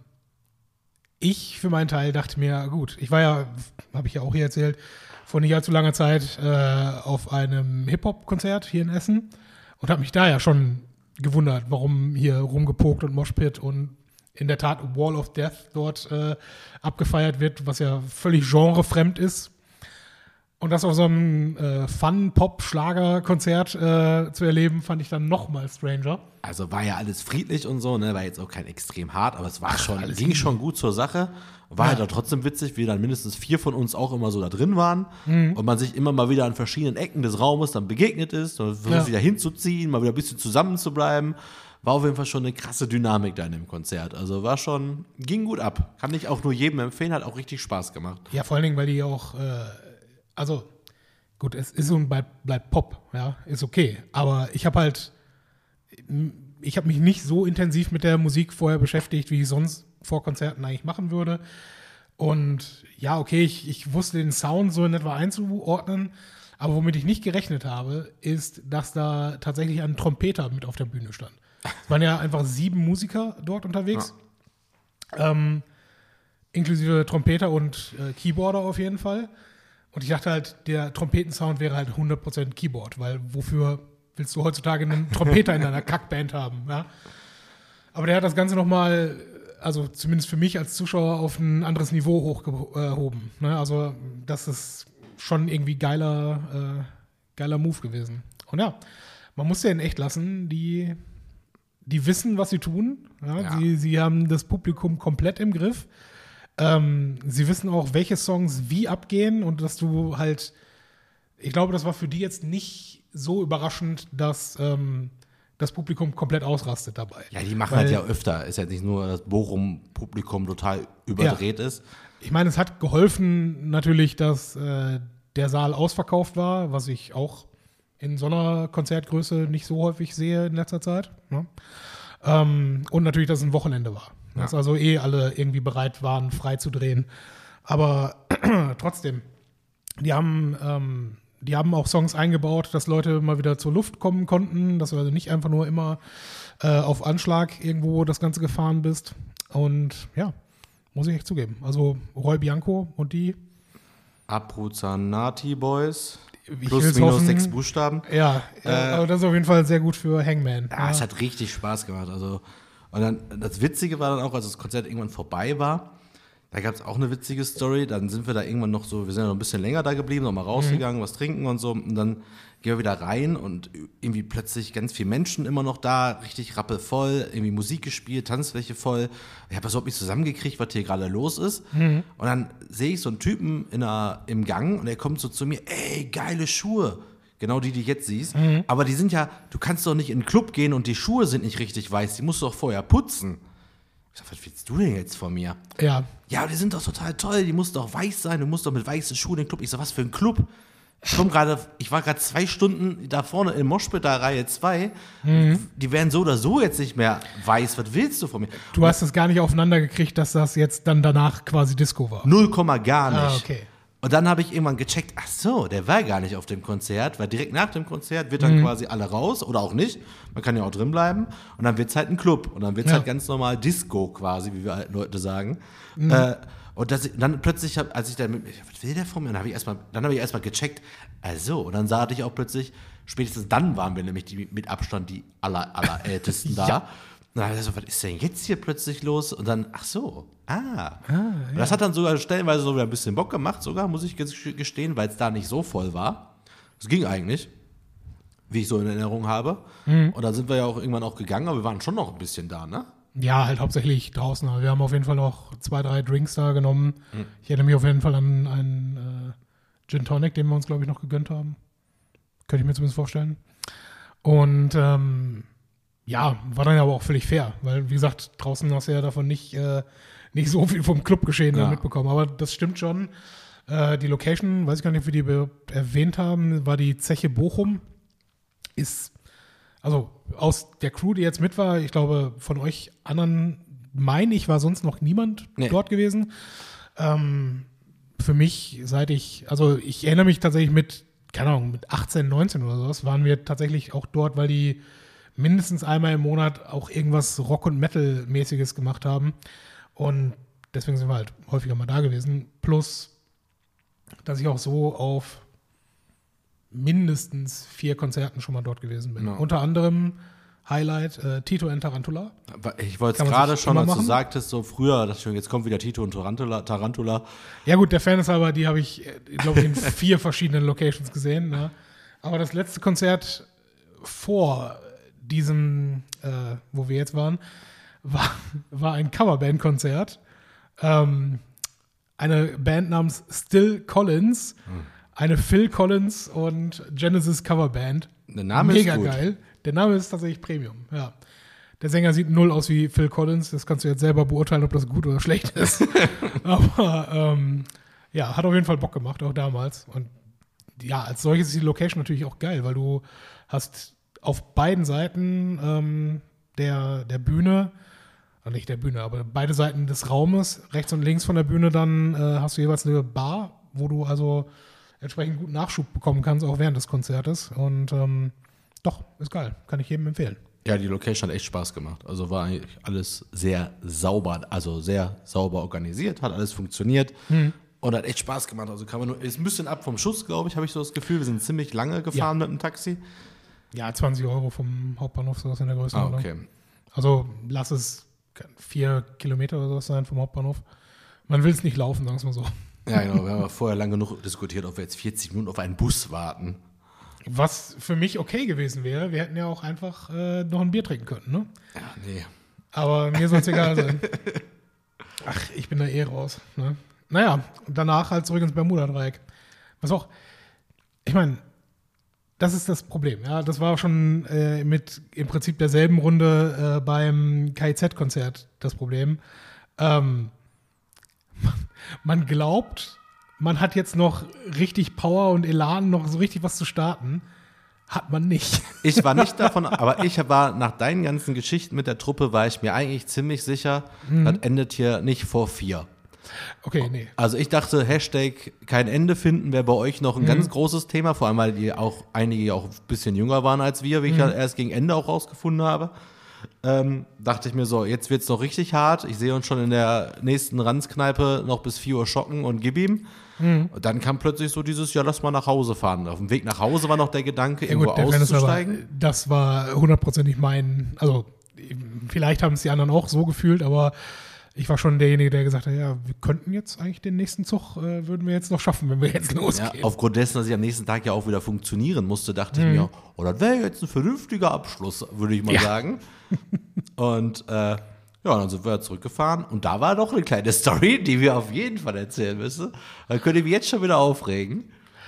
ich für meinen Teil dachte mir, gut, ich war ja, habe ich ja auch hier erzählt, vor nicht allzu langer Zeit äh, auf einem Hip-Hop-Konzert hier in Essen und habe mich da ja schon gewundert, warum hier rumgepokt und Moshpit und in der Tat Wall of Death dort äh, abgefeiert wird, was ja völlig genrefremd ist. Und das auf so einem äh, Fun-Pop-Schlager-Konzert äh, zu erleben, fand ich dann noch mal stranger. Also war ja alles friedlich und so, ne? War jetzt auch kein extrem hart, aber es war schon, alles ging easy. schon gut zur Sache. War Ja. halt auch trotzdem witzig, wie dann mindestens vier von uns auch immer so da drin waren Mhm. und man sich immer mal wieder an verschiedenen Ecken des Raumes dann begegnet ist und versucht Ja. wieder hinzuziehen, mal wieder ein bisschen zusammen zu bleiben. War auf jeden Fall schon eine krasse Dynamik da in dem Konzert. Also war schon, ging gut ab. Kann ich auch nur jedem empfehlen, hat auch richtig Spaß gemacht. Ja, vor allen Dingen, weil die auch, äh, also gut, es ist und bleibt, bleibt Pop, ja, ist okay. Aber ich habe halt, ich habe mich nicht so intensiv mit der Musik vorher beschäftigt, wie ich sonst vor Konzerten eigentlich machen würde. Und ja, okay, ich, ich wusste den Sound so in etwa einzuordnen, aber womit ich nicht gerechnet habe, ist, dass da tatsächlich ein Trompeter mit auf der Bühne stand. Es waren ja einfach sieben Musiker dort unterwegs. Ja. Ähm, inklusive Trompeter und äh, Keyboarder auf jeden Fall. Und ich dachte halt, der Trompetensound wäre halt hundert Prozent Keyboard, weil wofür willst du heutzutage einen Trompeter in deiner Kackband haben, ja? Aber der hat das Ganze nochmal, also zumindest für mich als Zuschauer, auf ein anderes Niveau hochgehoben, ne? Also das ist schon irgendwie geiler, äh, geiler Move gewesen. Und ja, man muss ja in echt lassen, die, die wissen, was sie tun. Ja? Ja. Sie, sie haben das Publikum komplett im Griff. Ähm, sie wissen auch, welche Songs wie abgehen und dass du halt, ich glaube, das war für die jetzt nicht so überraschend, dass ähm, das Publikum komplett ausrastet dabei. Ja, die machen Weil, halt ja öfter. Ist ja nicht nur, dass Bochum-Publikum total überdreht Ja. ist. Ich meine, es hat geholfen natürlich, dass äh, der Saal ausverkauft war, was ich auch in so einer Konzertgröße nicht so häufig sehe in letzter Zeit. Ne? Ähm, und natürlich, dass es ein Wochenende war. Ja. Dass also eh alle irgendwie bereit waren, frei zu drehen. Aber trotzdem, die haben, ähm, die haben auch Songs eingebaut, dass Leute mal wieder zur Luft kommen konnten, dass du also nicht einfach nur immer äh, auf Anschlag irgendwo das Ganze gefahren bist. Und ja, muss ich echt zugeben. Also Roy Bianco und die. Abruzanati Boys. Ich Plus will's minus hoffen. sechs Buchstaben. Ja, Äh, aber das ist auf jeden Fall sehr gut für Hangman. Ja, es hat richtig Spaß gemacht. Also, und dann, das Witzige war dann auch, als das Konzert irgendwann vorbei war, da gab es auch eine witzige Story. Dann sind wir da irgendwann noch so, wir sind ja noch ein bisschen länger da geblieben, noch mal rausgegangen, mhm. was trinken und so. Und dann gehen wir wieder rein und irgendwie plötzlich ganz viele Menschen immer noch da, richtig rappelvoll, irgendwie Musik gespielt, Tanzfläche voll. Ich habe das überhaupt nicht zusammengekriegt, was hier gerade los ist. Mhm. Und dann sehe ich so einen Typen in einer, im Gang und er kommt so zu mir, ey, geile Schuhe. Genau die, die du jetzt siehst. Mhm. Aber die sind ja, du kannst doch nicht in den Club gehen und die Schuhe sind nicht richtig weiß. Die musst du doch vorher putzen. Ich sag, was willst du denn jetzt von mir? Ja. Ja, die sind doch total toll. Die musst doch weiß sein. Du musst doch mit weißen Schuhen in den Club. Ich sag, was für ein Club? Ich komm gerade, ich war gerade zwei Stunden da vorne im Moshpit, da Reihe zwei. Mhm. Die wären so oder so jetzt nicht mehr weiß. Was willst du von mir? Du hast es gar nicht aufeinander gekriegt, dass das jetzt dann danach quasi Disco war. Null Komma gar nicht. Ah, okay. Und dann habe ich irgendwann gecheckt, ach so, der war gar nicht auf dem Konzert, weil direkt nach dem Konzert wird dann mhm. quasi alle raus oder auch nicht. Man kann ja auch drin bleiben. Und dann wird es halt ein Club. Und dann wird es ja. halt ganz normal Disco quasi, wie wir alten Leute sagen. Mhm. Äh, und das, dann plötzlich, hab, als ich dann, mit, was will der von mir? Und dann habe ich erstmal, dann habe ich erstmal gecheckt, also, und dann sah ich auch plötzlich, spätestens dann waren wir nämlich die, mit Abstand die aller, allerältesten da. Ja. Und dann habe ich so, was ist denn jetzt hier plötzlich los? Und dann, ach so, ah. ah ja. Und das hat dann sogar stellenweise so wieder ein bisschen Bock gemacht, sogar, muss ich gestehen, weil es da nicht so voll war. Es ging eigentlich, wie ich so in Erinnerung habe. Mhm. Und dann sind wir ja auch irgendwann auch gegangen, aber wir waren schon noch ein bisschen da, ne? Ja, halt hauptsächlich draußen. Wir haben auf jeden Fall noch zwei, drei Drinks da genommen. Mhm. Ich erinnere mich auf jeden Fall an einen äh, Gin Tonic, den wir uns, glaube ich, noch gegönnt haben. Könnte ich mir zumindest vorstellen. Und ähm, ja, war dann aber auch völlig fair, weil, wie gesagt, draußen hast du ja davon nicht, äh, nicht so viel vom Clubgeschehen ja. mitbekommen. Aber das stimmt schon. Äh, die Location, weiß ich gar nicht, ob wir die erwähnt haben, war die Zeche Bochum. Ist, also aus der Crew, die jetzt mit war, ich glaube, von euch anderen, meine ich, war sonst noch niemand nee. dort gewesen. Ähm, für mich, seit ich, also ich erinnere mich tatsächlich mit, keine Ahnung, mit achtzehn, neunzehn oder sowas, waren wir tatsächlich auch dort, weil die mindestens einmal im Monat auch irgendwas Rock- und Metal-mäßiges gemacht haben. Und deswegen sind wir halt häufiger mal da gewesen. Plus, dass ich auch so auf mindestens vier Konzerten schon mal dort gewesen bin. No. Unter anderem Highlight, äh, Tito and Tarantula. Ich wollte Kann es man gerade sich schon, immer als du machen. sagtest, so früher, dachte ich, jetzt kommt wieder Tito und Tarantula. Tarantula. Ja gut, der Fairness halber, die habe ich, glaube ich, in vier verschiedenen Locations gesehen. Ne? Aber das letzte Konzert vor diesem, äh, wo wir jetzt waren, war, war ein Coverband-Konzert. Ähm, eine Band namens Still Collins, hm. eine Phil Collins und Genesis Coverband. Der Name Mega ist gut. geil. Der Name ist tatsächlich Premium, ja. Der Sänger sieht null aus wie Phil Collins. Das kannst du jetzt selber beurteilen, ob das gut oder schlecht ist. Aber ähm, ja, hat auf jeden Fall Bock gemacht, auch damals. Und ja, als solches ist die Location natürlich auch geil, weil du hast auf beiden Seiten ähm, der, der Bühne, äh, nicht der Bühne, aber beide Seiten des Raumes, rechts und links von der Bühne, dann äh, hast du jeweils eine Bar, wo du also entsprechend guten Nachschub bekommen kannst, auch während des Konzertes. Und ähm, doch, ist geil. Kann ich jedem empfehlen. Ja, die Location hat echt Spaß gemacht. Also war eigentlich alles sehr sauber, also sehr sauber organisiert, hat alles funktioniert Hm. und hat echt Spaß gemacht. Also kann man nur, ist ein bisschen ab vom Schuss, glaube ich, habe ich so das Gefühl. Wir sind ziemlich lange gefahren Ja. mit dem Taxi. Ja, zwanzig Euro vom Hauptbahnhof, sowas in der Größenordnung. Ah, okay. Also lass es vier Kilometer oder sowas sein vom Hauptbahnhof. Man will es nicht laufen, sagen wir es mal so. Ja, genau. Wir haben ja vorher lange genug diskutiert, ob wir jetzt vierzig Minuten auf einen Bus warten. Was für mich okay gewesen wäre, wir hätten ja auch einfach äh, noch ein Bier trinken können, ne? Ja, nee. Aber mir soll es egal sein. Ach, ich bin da eh raus. Ne? Naja, danach halt zurück ins Bermuda-Dreieck. Was auch, ich meine, das ist das Problem. Ja, das war schon äh, mit im Prinzip derselben Runde äh, beim K I Z-Konzert das Problem. Ähm, man, man glaubt, man hat jetzt noch richtig Power und Elan, noch so richtig was zu starten. Hat man nicht. Ich war nicht davon, aber ich war nach deinen ganzen Geschichten mit der Truppe, war ich mir eigentlich ziemlich sicher, mhm. das endet hier nicht vor vier. Okay, nee. Also ich dachte, Hashtag kein Ende finden wäre bei euch noch ein mhm. ganz großes Thema, vor allem weil die auch einige auch ein bisschen jünger waren als wir, wie ich mhm. ja erst gegen Ende auch rausgefunden habe. Ähm, dachte ich mir so, jetzt wird's noch richtig hart. Ich sehe uns schon in der nächsten Ranzkneipe noch bis vier Uhr schocken und gib ihm. Mhm. Und dann kam plötzlich so dieses, ja, lass mal nach Hause fahren. Auf dem Weg nach Hause war noch der Gedanke, ja, irgendwo gut, auszusteigen. Aber, das war hundertprozentig mein, also vielleicht haben es die anderen auch so gefühlt, aber ich war schon derjenige, der gesagt hat, ja, wir könnten jetzt eigentlich den nächsten Zug, äh, würden wir jetzt noch schaffen, wenn wir jetzt losgehen. Ja, aufgrund dessen, dass ich am nächsten Tag ja auch wieder funktionieren musste, dachte mhm. ich mir, oh, das wäre jetzt ein vernünftiger Abschluss, würde ich mal ja. sagen. Und äh, ja, dann sind wir zurückgefahren und da war noch eine kleine Story, die wir auf jeden Fall erzählen müssen. Da könnt ihr mich jetzt schon wieder aufregen.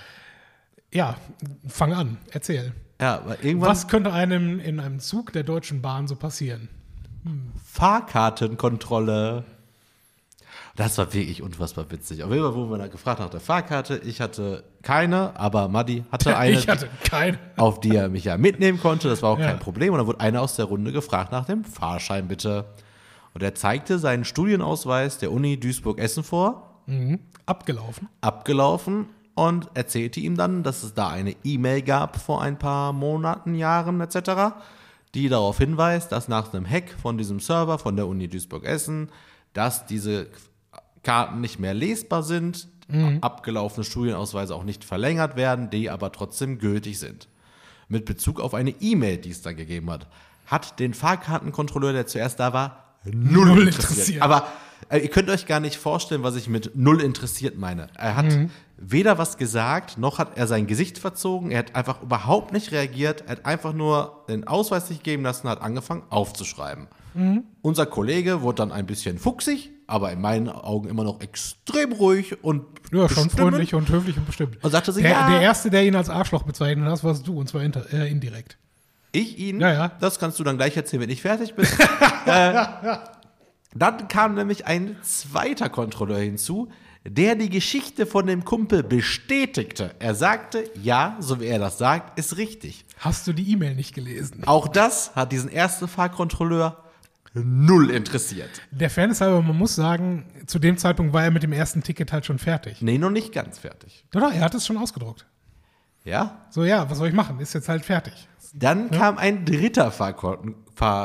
Ja, fang an, erzähl. Ja, aber irgendwann was könnte einem in einem Zug der Deutschen Bahn so passieren? Hm. Fahrkartenkontrolle. Das war wirklich unfassbar witzig. Auf jeden Fall wurden wir dann gefragt nach der Fahrkarte. Ich hatte keine, aber Maddi hatte eine, ich hatte keine. auf die er mich ja mitnehmen konnte. Das war auch ja. kein Problem. Und dann wurde einer aus der Runde gefragt nach dem Fahrschein, bitte. Und er zeigte seinen Studienausweis der Uni Duisburg-Essen vor. Mhm. Abgelaufen. Abgelaufen. Und erzählte ihm dann, dass es da eine E-Mail gab vor ein paar Monaten, Jahren et cetera, die darauf hinweist, dass nach einem Hack von diesem Server von der Uni Duisburg-Essen, dass diese Karten nicht mehr lesbar sind, mhm. abgelaufene Studienausweise auch nicht verlängert werden, die aber trotzdem gültig sind. Mit Bezug auf eine E-Mail, die es dann gegeben hat, hat den Fahrkartenkontrolleur, der zuerst da war, null, null interessiert. interessiert. Aber äh, ihr könnt euch gar nicht vorstellen, was ich mit null interessiert meine. Er hat mhm. weder was gesagt, noch hat er sein Gesicht verzogen. Er hat einfach überhaupt nicht reagiert. Er hat einfach nur den Ausweis sich geben lassen, hat angefangen aufzuschreiben. Mhm. Unser Kollege wurde dann ein bisschen fuchsig, aber in meinen Augen immer noch extrem ruhig und ja, schon freundlich und höflich und bestimmt. Und sagte sich, der, ja, der Erste, der ihn als Arschloch bezeichnet hat, warst du, und zwar inter, äh, indirekt. Ich ihn? Ja, ja. Das kannst du dann gleich erzählen, wenn ich fertig bin. äh, dann kam nämlich ein zweiter Kontrolleur hinzu, der die Geschichte von dem Kumpel bestätigte. Er sagte, ja, so wie er das sagt, ist richtig. Hast du die E-Mail nicht gelesen? Auch das hat diesen ersten Fahrkontrolleur null interessiert. Der Fairness halber, man muss sagen, zu dem Zeitpunkt war er mit dem ersten Ticket halt schon fertig. Nee, noch nicht ganz fertig. Doch, doch, er hat es schon ausgedruckt. Ja? So, ja, was soll ich machen? Ist jetzt halt fertig. Dann ja? kam ein dritter Fahrkon-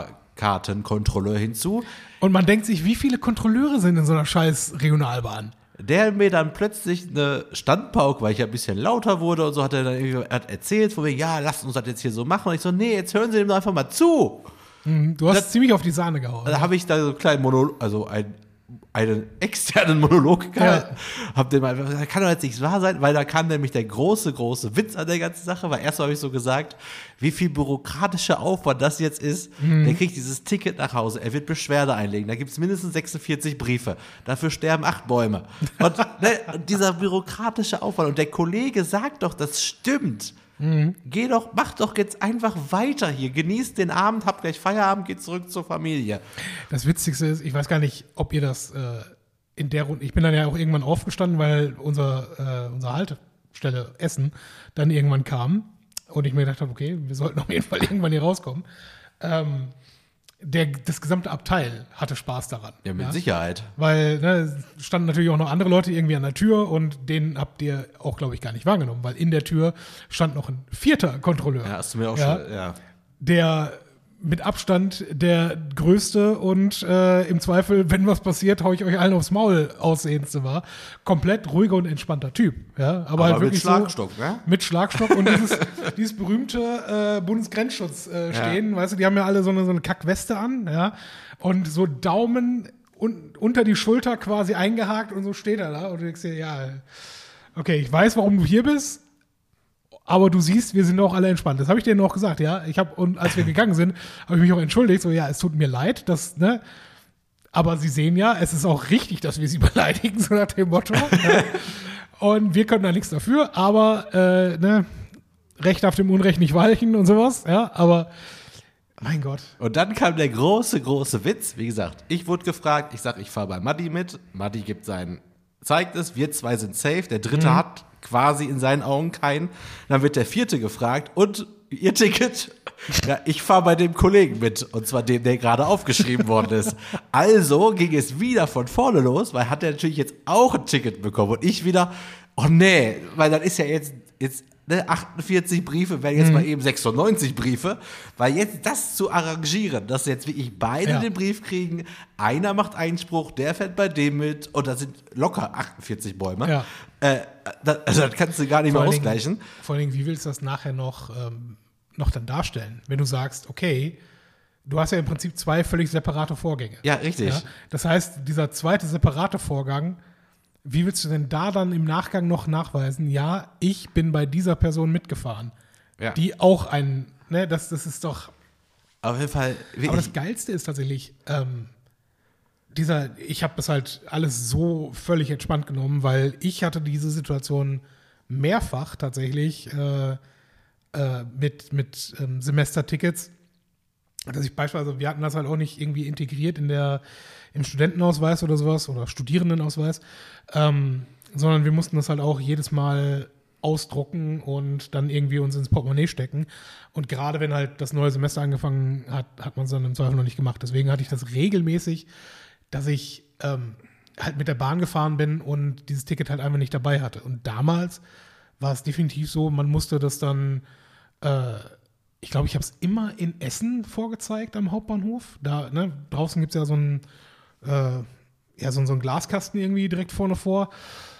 Fahrkartenkontrolleur hinzu. Und man denkt sich, wie viele Kontrolleure sind in so einer scheiß Regionalbahn? der mir dann plötzlich eine Standpauke, weil ich ja ein bisschen lauter wurde und so, hat er dann irgendwie hat erzählt, von mir, ja, lasst uns das jetzt hier so machen. Und ich so, nee, jetzt hören Sie dem doch einfach mal zu. Mhm, du hast das, ziemlich auf die Sahne gehauen. Da habe ich da so einen kleinen Monolog, also ein einen externen Monolog gehalten. Ja. Hab dem einfach gesagt, das kann doch jetzt nicht wahr sein, weil da kam nämlich der große, große Witz an der ganzen Sache, weil erst habe ich so gesagt, wie viel bürokratischer Aufwand das jetzt ist. Mhm. Der kriegt dieses Ticket nach Hause, er wird Beschwerde einlegen, da gibt es mindestens sechsundvierzig Briefe, dafür sterben acht Bäume. Und, ne, und dieser bürokratische Aufwand, und der Kollege sagt doch, das stimmt. Mhm. Geh doch, mach doch jetzt einfach weiter hier. Genießt den Abend, habt gleich Feierabend, geht zurück zur Familie. Das Witzigste ist, ich weiß gar nicht, ob ihr das äh, in der Runde, ich bin dann ja auch irgendwann aufgestanden, weil unser, äh, unsere Haltestelle Essen dann irgendwann kam und ich mir gedacht habe, okay, wir sollten auf jeden Fall irgendwann hier rauskommen. Ähm, Der, das gesamte Abteil hatte Spaß daran. Ja, mit ja? Sicherheit. Weil ne, es standen natürlich auch noch andere Leute irgendwie an der Tür und den habt ihr auch, glaube ich, gar nicht wahrgenommen, weil in der Tür stand noch ein vierter Kontrolleur. Ja, hast du mir auch ja, schon, ja. Der mit Abstand der größte und äh, im Zweifel, wenn was passiert, hau ich euch allen aufs Maul aussehendste war. Komplett ruhiger und entspannter Typ. Ja, aber, aber halt wirklich mit Schlagstock, so, ne? Mit Schlagstock und dieses, dieses berühmte äh, Bundesgrenzschutz äh, stehen, ja. Weißt du, die haben ja alle so eine, so eine Kackweste an, ja, und so Daumen un, unter die Schulter quasi eingehakt und so steht er da und du denkst dir, ja, okay, ich weiß, warum du hier bist, aber du siehst, wir sind auch alle entspannt. Das habe ich dir noch gesagt, ja. Ich habe, und als wir gegangen sind, habe ich mich auch entschuldigt, so, ja, es tut mir leid, dass, ne, aber Sie sehen ja, es ist auch richtig, dass wir Sie beleidigen, so nach dem Motto. Ja. Und wir können da nichts dafür, aber, äh, ne, Recht darf dem Unrecht nicht weichen und sowas, ja, aber, mein Gott. Und dann kam der große, große Witz. Wie gesagt, ich wurde gefragt, ich sage, ich fahre bei Maddi mit. Maddi gibt seinen, zeigt es, wir zwei sind safe, der dritte mhm. hat quasi in seinen Augen keinen. Dann wird der vierte gefragt und ihr Ticket? Ja, ich fahre bei dem Kollegen mit und zwar dem, der gerade aufgeschrieben worden ist. Also ging es wieder von vorne los, weil hat er natürlich jetzt auch ein Ticket bekommen und ich wieder, oh nee, weil dann ist ja jetzt, jetzt ne, achtundvierzig Briefe, wären jetzt mhm. mal eben sechsundneunzig Briefe, weil jetzt das zu arrangieren, dass jetzt wirklich beide ja. den Brief kriegen, einer macht Einspruch, der fährt bei dem mit und da sind locker achtundvierzig Bäume. Ja. Äh, das, also das kannst du gar nicht vor mehr Dingen, ausgleichen. Vor allem, wie willst du das nachher noch, ähm, noch dann darstellen? Wenn du sagst, okay, du hast ja im Prinzip zwei völlig separate Vorgänge. Ja, richtig. Ja? Das heißt, dieser zweite separate Vorgang, wie willst du denn da dann im Nachgang noch nachweisen, ja, ich bin bei dieser Person mitgefahren, ja. die auch ein, ne, das, das ist doch. Auf jeden Fall. Aber das Geilste ist tatsächlich, ähm, dieser, ich habe das halt alles so völlig entspannt genommen, weil ich hatte diese Situation mehrfach tatsächlich äh, äh, mit, mit ähm, Semestertickets, dass ich beispielsweise, wir hatten das halt auch nicht irgendwie integriert in der, im Studentenausweis oder sowas oder Studierendenausweis, ähm, sondern wir mussten das halt auch jedes Mal ausdrucken und dann irgendwie uns ins Portemonnaie stecken. Und gerade wenn halt das neue Semester angefangen hat, hat man es dann im Zweifel noch nicht gemacht. Deswegen hatte ich das regelmäßig, dass ich ähm, halt mit der Bahn gefahren bin und dieses Ticket halt einfach nicht dabei hatte. Und damals war es definitiv so, man musste das dann, äh, ich glaube, ich habe es immer in Essen vorgezeigt am Hauptbahnhof. Da, ne, draußen gibt es ja so ein äh, ja, so, so einen Glaskasten irgendwie direkt vorne vor.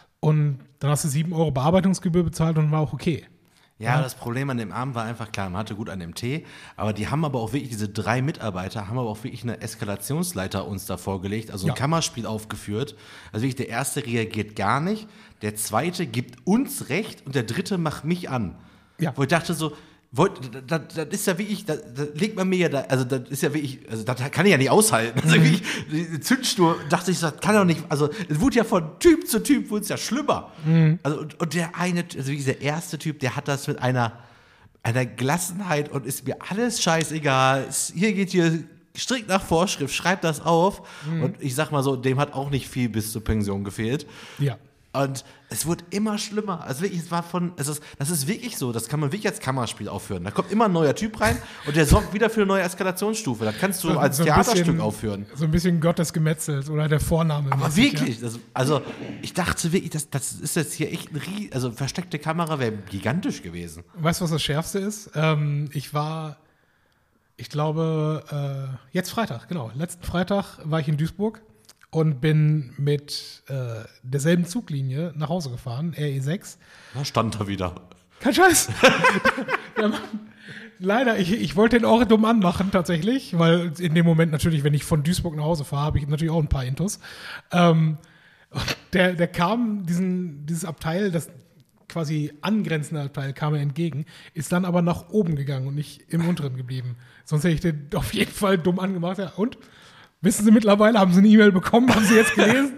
Und dann hast du sieben Euro Bearbeitungsgebühr bezahlt und war auch okay. Ja, ja, das Problem an dem Abend war einfach, klar, man hatte gut an dem Tee, aber die haben aber auch wirklich, diese drei Mitarbeiter haben aber auch wirklich eine Eskalationsleiter uns da vorgelegt, also ein ja. Kammerspiel aufgeführt. Also wirklich, der erste reagiert gar nicht, der zweite gibt uns recht und der dritte macht mich an. Ja. Wo ich dachte so, das, das ist ja wirklich, das, das legt man mir ja da, also das ist ja wirklich, also das kann ich ja nicht aushalten. Also wirklich, die Zündschnur, dachte ich, das kann doch nicht, also es wurde ja von Typ zu Typ, wurde es ja schlimmer. Mhm. Also und, und der eine, also wie der erste Typ, der hat das mit einer, einer Gelassenheit und ist mir alles scheißegal. Es, hier geht hier strikt nach Vorschrift, schreibt das auf. Mhm. Und ich sag mal so, dem hat auch nicht viel bis zur Pension gefehlt. Ja. Und es wurde immer schlimmer. Also wirklich, es war von, es ist, das ist wirklich so, das kann man wirklich als Kammerspiel aufführen. Da kommt immer ein neuer Typ rein und der sorgt wieder für eine neue Eskalationsstufe. Das kannst du so, als so Theaterstück bisschen, aufführen. So ein bisschen Gott des Gemetzels oder der Vorname. Aber wirklich, ja? das, also ich dachte wirklich, das, das ist jetzt hier echt ein Rie- also versteckte Kamera wäre gigantisch gewesen. Weißt du, was das Schärfste ist? Ähm, ich war, ich glaube, äh, jetzt Freitag, genau, letzten Freitag war ich in Duisburg. und bin mit äh, derselben Zuglinie nach Hause gefahren, R E sechs. Da stand er wieder. Kein Scheiß. Der Mann, leider, ich, ich wollte den auch dumm anmachen tatsächlich, weil in dem Moment natürlich, wenn ich von Duisburg nach Hause fahre, habe ich natürlich auch ein paar Intos. Ähm, der, der kam, diesen, dieses Abteil, das quasi angrenzende Abteil kam er entgegen, ist dann aber nach oben gegangen und nicht im unteren geblieben. Sonst hätte ich den auf jeden Fall dumm angemacht. Ja, und? Wissen Sie mittlerweile, haben Sie eine E-Mail bekommen, haben Sie jetzt gelesen?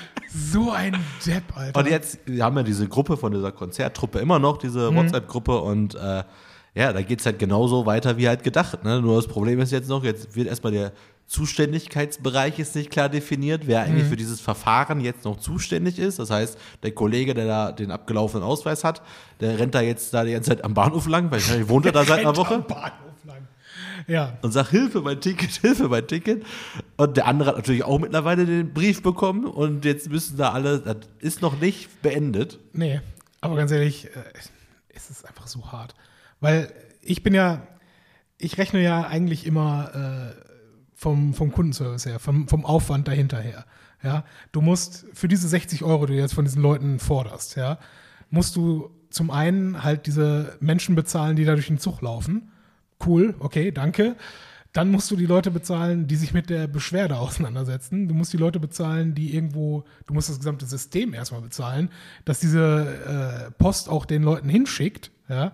So ein Depp, Alter. Und jetzt, wir haben ja diese Gruppe von dieser Konzerttruppe immer noch, diese Mhm. WhatsApp-Gruppe und äh, ja, da geht es halt genauso weiter wie halt gedacht. Ne? Nur das Problem ist jetzt noch, jetzt wird erstmal der Zuständigkeitsbereich ist nicht klar definiert, wer eigentlich Mhm. für dieses Verfahren jetzt noch zuständig ist. Das heißt, der Kollege, der da den abgelaufenen Ausweis hat, der rennt da jetzt da die ganze Zeit am Bahnhof lang, weil ich wohnt er da seit einer Woche. Am Bahnhof lang. Ja. Und sagt, Hilfe, mein Ticket, Hilfe, mein Ticket. Und der andere hat natürlich auch mittlerweile den Brief bekommen und jetzt müssen da alle, das ist noch nicht beendet. Nee, aber ganz ehrlich, äh, es ist einfach so hart. Weil ich bin ja, ich rechne ja eigentlich immer äh, vom, vom Kundenservice her, vom, vom Aufwand dahinter her. Ja? Du musst für diese sechzig Euro, die du jetzt von diesen Leuten forderst, ja, musst du zum einen halt diese Menschen bezahlen, die da durch den Zug laufen. Cool, okay, danke. Dann musst du die Leute bezahlen, die sich mit der Beschwerde auseinandersetzen. Du musst die Leute bezahlen, die irgendwo, du musst das gesamte System erstmal bezahlen, dass diese äh, Post auch den Leuten hinschickt. Ja.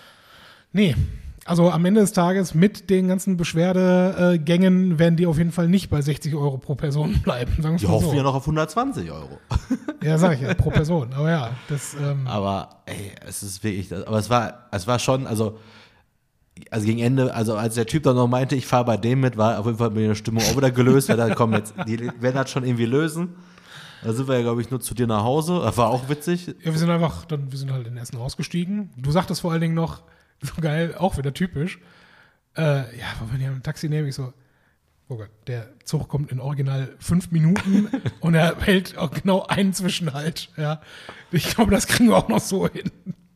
Nee, also am Ende des Tages mit den ganzen Beschwerdegängen äh, werden die auf jeden Fall nicht bei sechzig Euro pro Person bleiben. Sagen Die mal hoffen so. ja noch auf hundertzwanzig Euro. Ja, sag ich ja, pro Person. Aber ja, das. Ähm, Aber ey, es ist wirklich, aber es war, es war schon, also, also gegen Ende, also als der Typ dann noch meinte, ich fahre bei dem mit, war auf jeden Fall meine Stimmung auch wieder gelöst, weil da kommen jetzt, die werden das schon irgendwie lösen. Da sind wir ja, glaube ich, nur zu dir nach Hause. Das war auch witzig. Ja, wir sind einfach, dann, wir sind halt in Essen ausgestiegen. Du sagtest vor allen Dingen noch, so geil, auch wieder typisch. Äh, ja, wollen wir nicht ein Taxi nehmen? Ich so, oh Gott, der Zug kommt in original fünf Minuten und er hält auch genau einen Zwischenhalt. Ja. Ich glaube, das kriegen wir auch noch so hin.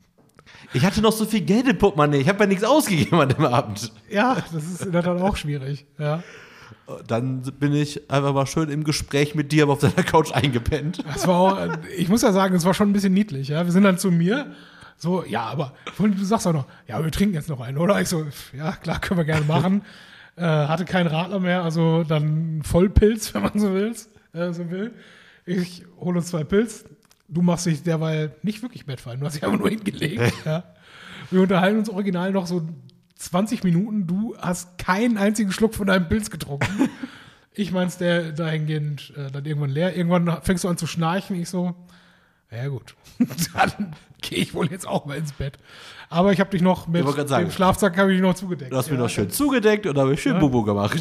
Ich hatte noch so viel Geld im Portemonnaie. Ich habe ja nichts ausgegeben an dem Abend. Ja, das ist in der Tat auch schwierig. Ja. Dann bin ich einfach mal schön im Gespräch mit dir auf deiner Couch eingepennt. Das war auch, ich muss ja sagen, es war schon ein bisschen niedlich. Ja. Wir sind dann zu mir, so, ja, aber du sagst auch noch, ja, wir trinken jetzt noch einen, oder? Ich so, ja, klar, können wir gerne machen. äh, hatte keinen Radler mehr, also dann Vollpilz, wenn man so will. Äh, so will. Ich hole uns zwei Pilz. Du machst dich derweil nicht wirklich Bett fallen, du hast dich einfach nur hingelegt. Ja. Wir unterhalten uns original noch so zwanzig Minuten. Du hast keinen einzigen Schluck von deinem Pilz getrunken. Ich mein's der dahingehend äh, dann irgendwann leer. Irgendwann fängst du an zu schnarchen. Ich so, ja gut, dann gehe ich wohl jetzt auch mal ins Bett. Aber ich habe dich noch mit Ich wollte gerade dem sagen, Schlafsack habe ich dich noch zugedeckt. Du hast mir ja, noch schön zugedeckt und habe ich schön Ja. Bubu gemacht.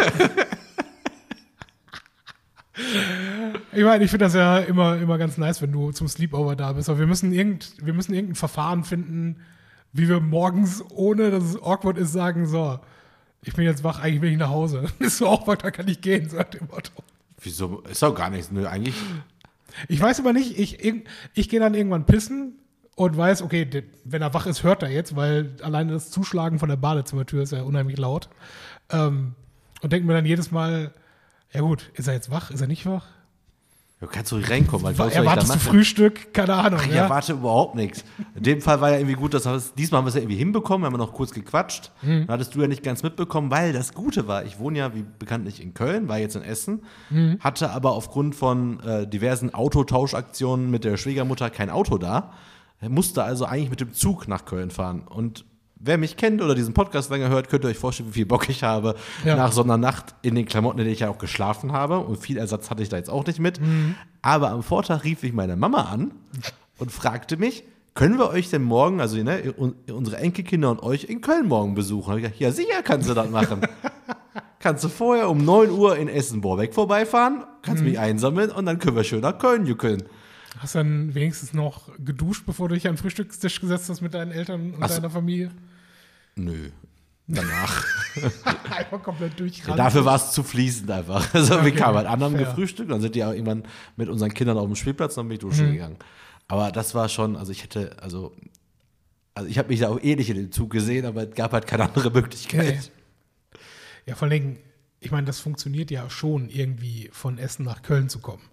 Ich meine, ich finde das ja immer, immer ganz nice, wenn du zum Sleepover da bist. Aber wir müssen, irgend, wir müssen irgendein Verfahren finden, wie wir morgens, ohne dass es awkward ist, sagen, so, ich bin jetzt wach, eigentlich will ich nach Hause. Bist du auch wach, da kann ich gehen, sagt dem Motto. Wieso? Ist doch gar nichts. Nö, eigentlich. Ich weiß aber nicht, ich, ich, ich gehe dann irgendwann pissen und weiß, okay, der, wenn er wach ist, hört er jetzt, weil alleine das Zuschlagen von der Badezimmertür ist ja unheimlich laut. Ähm, und denke mir dann jedes Mal, ja gut, ist er jetzt wach, ist er nicht wach? Du kannst ruhig reinkommen. Was soll ich da Erwartest du machen? Frühstück? Keine Ahnung. Ach, ich ja? erwarte überhaupt nichts. In dem Fall war ja irgendwie gut, dass wir es, diesmal haben wir es ja irgendwie hinbekommen, haben wir noch kurz gequatscht. Mhm. Dann hattest du ja nicht ganz mitbekommen, weil das Gute war, ich wohne ja wie bekanntlich in Köln, war jetzt in Essen, Mhm. hatte aber aufgrund von äh, diversen Autotauschaktionen mit der Schwiegermutter kein Auto da, musste also eigentlich mit dem Zug nach Köln fahren. Und wer mich kennt oder diesen Podcast länger hört, könnt ihr euch vorstellen, wie viel Bock ich habe Ja. nach so einer Nacht in den Klamotten, in denen ich ja auch geschlafen habe. Und viel Ersatz hatte ich da jetzt auch nicht mit. Mhm. Aber am Vortag rief ich meine Mama an und fragte mich, können wir euch denn morgen, also ne, un- unsere Enkelkinder und euch in Köln morgen besuchen? Hab ich gesagt, ja sicher kannst du das machen. Kannst du vorher um neun Uhr in Essen-Borbeck vorbeifahren, kannst Mhm. mich einsammeln und dann können wir schön nach Köln juckeln. Hast du dann wenigstens noch geduscht, bevor du dich an den Frühstückstisch gesetzt hast mit deinen Eltern und Ach so. deiner Familie? Nö, danach. Einfach komplett Ja, durchgerannt. dafür war es zu fließend einfach. Also wir Okay, kamen halt an, haben fair. gefrühstückt, dann sind die auch irgendwann mit unseren Kindern auf dem Spielplatz, dann bin ich duschen Mhm. gegangen. Aber das war schon, also ich hätte, also, also ich habe mich da auch ähnlich in dem Zug gesehen, aber es gab halt keine andere Möglichkeit. Ja, vor allen Dingen, ich meine, das funktioniert ja schon irgendwie von Essen nach Köln zu kommen.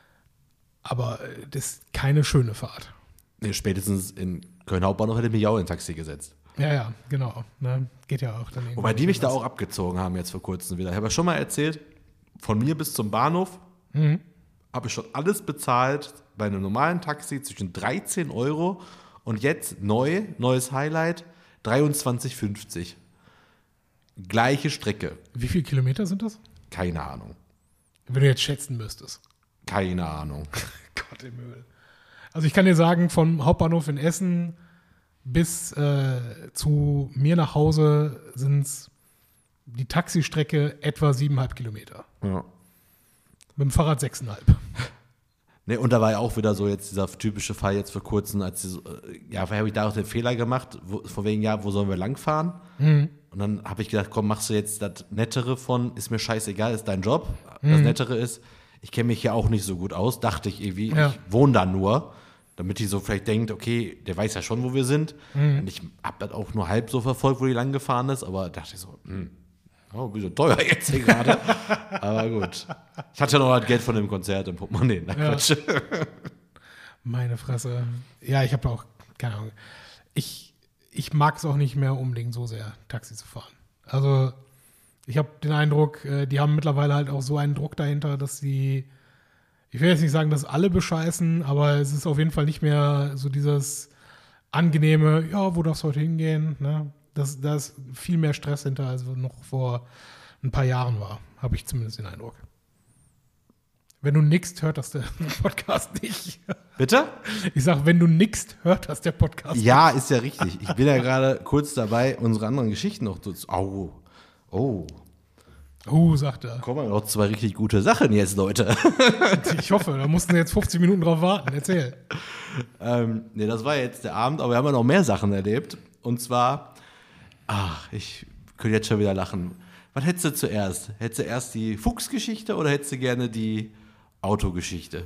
Aber äh, das ist keine schöne Fahrt. Nee, spätestens in Köln Hauptbahnhof hätte ich mich auch in ein Taxi gesetzt. Ja, ja, genau. Ne? Geht ja auch dann irgendwie. Wobei die mich da anders. auch abgezogen haben jetzt vor kurzem wieder. Ich habe ja schon mal erzählt, von mir bis zum Bahnhof Mhm. habe ich schon alles bezahlt bei einem normalen Taxi zwischen dreizehn Euro und jetzt neu, neues Highlight, dreiundzwanzig fünfzig. Gleiche Strecke. Wie viele Kilometer sind das? Keine Ahnung. Wenn du jetzt schätzen müsstest. Keine Ahnung. Gott im Himmel. Also ich kann dir sagen, vom Hauptbahnhof in Essen bis äh, zu mir nach Hause sind es die Taxistrecke etwa siebeneinhalb Kilometer. Ja. Mit dem Fahrrad sechseinhalb. Ne, und da war ja auch wieder so jetzt dieser typische Fall jetzt vor kurzem, als sie so, äh, ja, vorher habe ich da auch den Fehler gemacht, wo, vor wegen, ja, wo sollen wir langfahren? Mhm. Und dann habe ich gedacht, komm, machst du jetzt das Nettere von, ist mir scheißegal, ist dein Job. Mhm. Das Nettere ist, ich kenne mich ja auch nicht so gut aus, dachte ich irgendwie, Ja. ich wohne da nur, damit die so vielleicht denkt, okay, der weiß ja schon, wo wir sind. Mhm. Und ich habe das auch nur halb so verfolgt, wo die lang gefahren ist, aber dachte ich so, hm, oh, wie so teuer jetzt hier gerade. Aber gut. Ich hatte ja noch das Geld von dem Konzert im Portemonnaie. Na, Ja. Quatsch. Meine Fresse. Ja, ich habe auch, keine Ahnung. Ich, ich mag es auch nicht mehr unbedingt so sehr, Taxi zu fahren. Also, ich habe den Eindruck, äh, die haben mittlerweile halt auch so einen Druck dahinter, dass sie, ich will jetzt nicht sagen, dass alle bescheißen, aber es ist auf jeden Fall nicht mehr so dieses angenehme, ja, wo darfst du heute hingehen? Ne? Das, da ist viel mehr Stress hinter, als noch vor ein paar Jahren war, habe ich zumindest den Eindruck. Wenn du nickst, hört das der Podcast nicht. Bitte? Ich sag, wenn du nickst, hört das der Podcast Ja, ist ja richtig. Ich bin ja gerade kurz dabei, unsere anderen Geschichten noch zu. Au. Oh. nicht. Uh, sagt er. Kommen noch zwei richtig gute Sachen jetzt, Leute. Ich hoffe, da mussten wir jetzt fünfzehn Minuten drauf warten. Erzähl. ähm, nee, das war jetzt der Abend, aber wir haben ja noch mehr Sachen erlebt. Und zwar, ach, ich könnte jetzt schon wieder lachen. Was hättest du zuerst? Hättest du erst die Fuchsgeschichte oder hättest du gerne die Autogeschichte?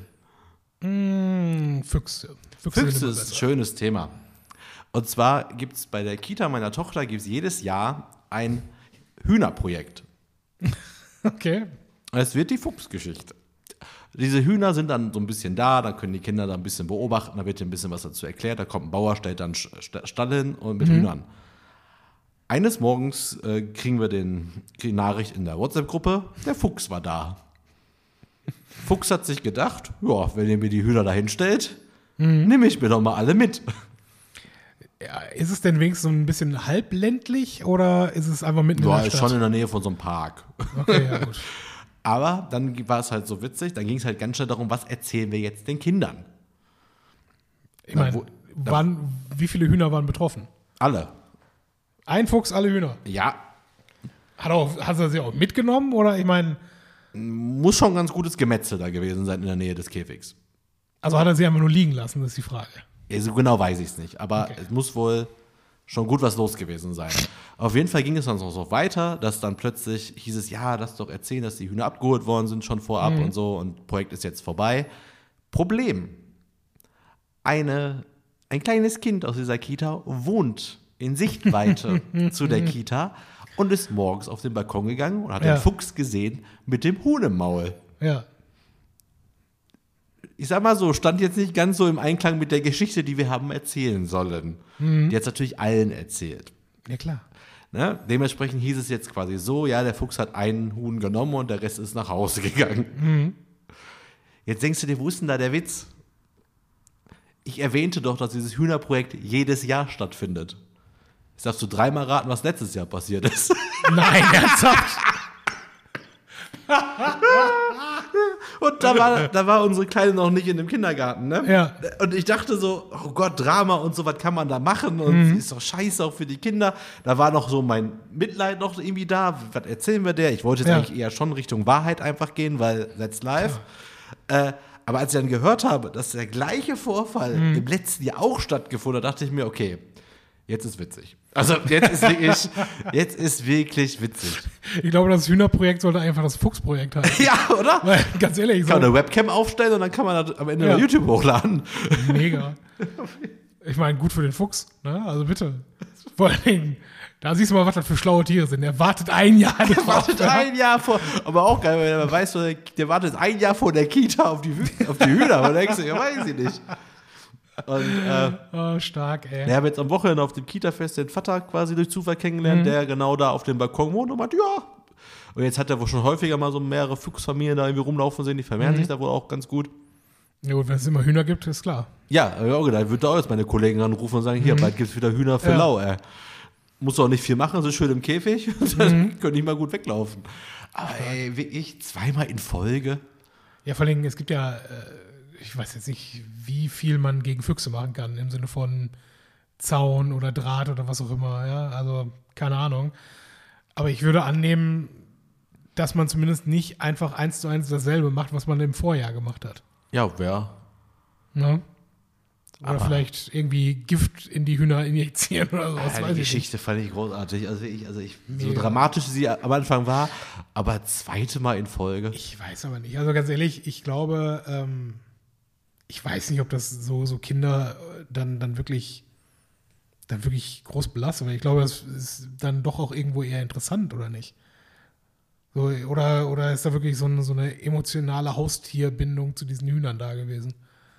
Mm, Füchse. Füchse, Füchse sind immer ist ein besser. schönes Thema. Und zwar gibt es bei der Kita meiner Tochter gibt's jedes Jahr ein Hühnerprojekt. Okay. Es wird die Fuchsgeschichte. Diese Hühner sind dann so ein bisschen da, dann können die Kinder da ein bisschen beobachten, da wird ein bisschen was dazu erklärt, da kommt ein Bauer, stellt dann einen Stall hin und mit mhm. Hühnern. Eines Morgens äh, kriegen wir den, die Nachricht in der WhatsApp-Gruppe, der Fuchs war da. Fuchs hat sich gedacht, ja, wenn ihr mir die Hühner da hinstellt, mhm. nehme ich mir doch mal alle mit. Ja, ist es denn wenigstens so ein bisschen halbländlich oder ist es einfach mitten Ja, in der ist Stadt? schon in der Nähe von so einem Park. Okay, ja gut. Aber dann war es halt so witzig, dann ging es halt ganz schnell darum, was erzählen wir jetzt den Kindern? Ich meine, wo- waren, wie viele Hühner waren betroffen? Alle. Ein Fuchs, alle Hühner. Ja, Hat, auch, hat er sie auch mitgenommen oder ich meine, muss schon ein ganz gutes Gemetzel da gewesen sein in der Nähe des Käfigs. also hat er sie einfach nur liegen lassen, das ist die Frage. Ja, so genau weiß ich es nicht, aber Okay. es muss wohl schon gut was los gewesen sein. Auf jeden Fall ging es dann so weiter, dass dann plötzlich hieß es, ja, lass doch erzählen, dass die Hühner abgeholt worden sind schon vorab und so und Projekt ist jetzt vorbei. Problem, eine, ein kleines Kind aus dieser Kita wohnt in Sichtweite zu der Kita und ist morgens auf den Balkon gegangen und hat Ja. den Fuchs gesehen mit dem Huhn im Maul. Ja. Ich sag mal so, stand jetzt nicht ganz so im Einklang mit der Geschichte, die wir haben erzählen sollen. Mhm. Die hat es natürlich allen erzählt. Ja, klar. Ne? Dementsprechend hieß es jetzt quasi so, ja, der Fuchs hat einen Huhn genommen und der Rest ist nach Hause gegangen. Mhm. Jetzt denkst du dir, wo ist denn da der Witz? Ich erwähnte doch, dass dieses Hühnerprojekt jedes Jahr stattfindet. Jetzt darfst du dreimal raten, was letztes Jahr passiert ist. Nein, ernsthaft? Und da war, da war unsere Kleine noch nicht in dem Kindergarten, ne? Ja. Und ich dachte so, oh Gott, Drama und so, was kann man da machen? Und sie ist doch scheiße auch für die Kinder. Da war noch so mein Mitleid noch irgendwie da. Was erzählen wir der? Ich wollte jetzt Ja. eigentlich eher schon Richtung Wahrheit einfach gehen, weil that's live. Äh, aber als ich dann gehört habe, dass der gleiche Vorfall im letzten Jahr auch stattgefunden hat, dachte ich mir, okay, jetzt ist witzig. Also jetzt ist wirklich, jetzt ist wirklich witzig. Ich glaube, das Hühnerprojekt sollte einfach das Fuchsprojekt heißen. Ja, oder? Weil, ganz ehrlich, Kann man so eine Webcam aufstellen und dann kann man das am Ende Ja. bei YouTube hochladen. mega. Ich meine, gut für den Fuchs, ne? Also bitte. Vor allen Dingen, da siehst du mal, was das für schlaue Tiere sind. Der wartet ein Jahr drauf. Der wartet ja. ein Jahr vor, aber auch geil, weil man weiß, der, der wartet ein Jahr vor der Kita auf die, auf die Hühner. Und denkst du, ja, weiß ich nicht. Und, äh, oh, stark, ey. Wir haben jetzt am Wochenende auf dem Kita-Fest den Vater quasi durch Zufall kennengelernt, mhm. der genau da auf dem Balkon wohnt und meint, ja. Und jetzt hat er wohl schon häufiger mal so mehrere Fuchsfamilien da irgendwie rumlaufen sehen, die vermehren mhm. sich da wohl auch ganz gut. Ja gut, wenn es immer Hühner gibt, ist klar. Ja, hab ich auch gedacht, ich würde da auch jetzt meine Kollegen anrufen und sagen, hier, mhm. bald gibt es wieder Hühner für ja. lau, ey. Muss auch nicht viel machen, so schön im Käfig, dann mhm. können die mal gut weglaufen. Aber ey, wirklich zweimal in Folge. Ja, vor allem, es gibt ja, ich weiß jetzt nicht, wie viel man gegen Füchse machen kann, im Sinne von Zaun oder Draht oder was auch immer, ja, also keine Ahnung. Aber ich würde annehmen, dass man zumindest nicht einfach eins zu eins dasselbe macht, was man im Vorjahr gemacht hat. Ja, wer? Ja. Oder aber vielleicht irgendwie Gift in die Hühner injizieren oder sowas. Ja, die Geschichte nicht. Fand ich großartig. Also ich, also ich so dramatisch sie am Anfang war, aber zweite Mal in Folge. Ich weiß aber nicht. Also ganz ehrlich, ich glaube, ähm, ich weiß nicht, ob das so, so Kinder dann, dann wirklich dann wirklich groß belastet. Aber ich glaube, das ist dann doch auch irgendwo eher interessant, oder nicht? So, oder, oder ist da wirklich so eine, so eine emotionale Haustierbindung zu diesen Hühnern da gewesen?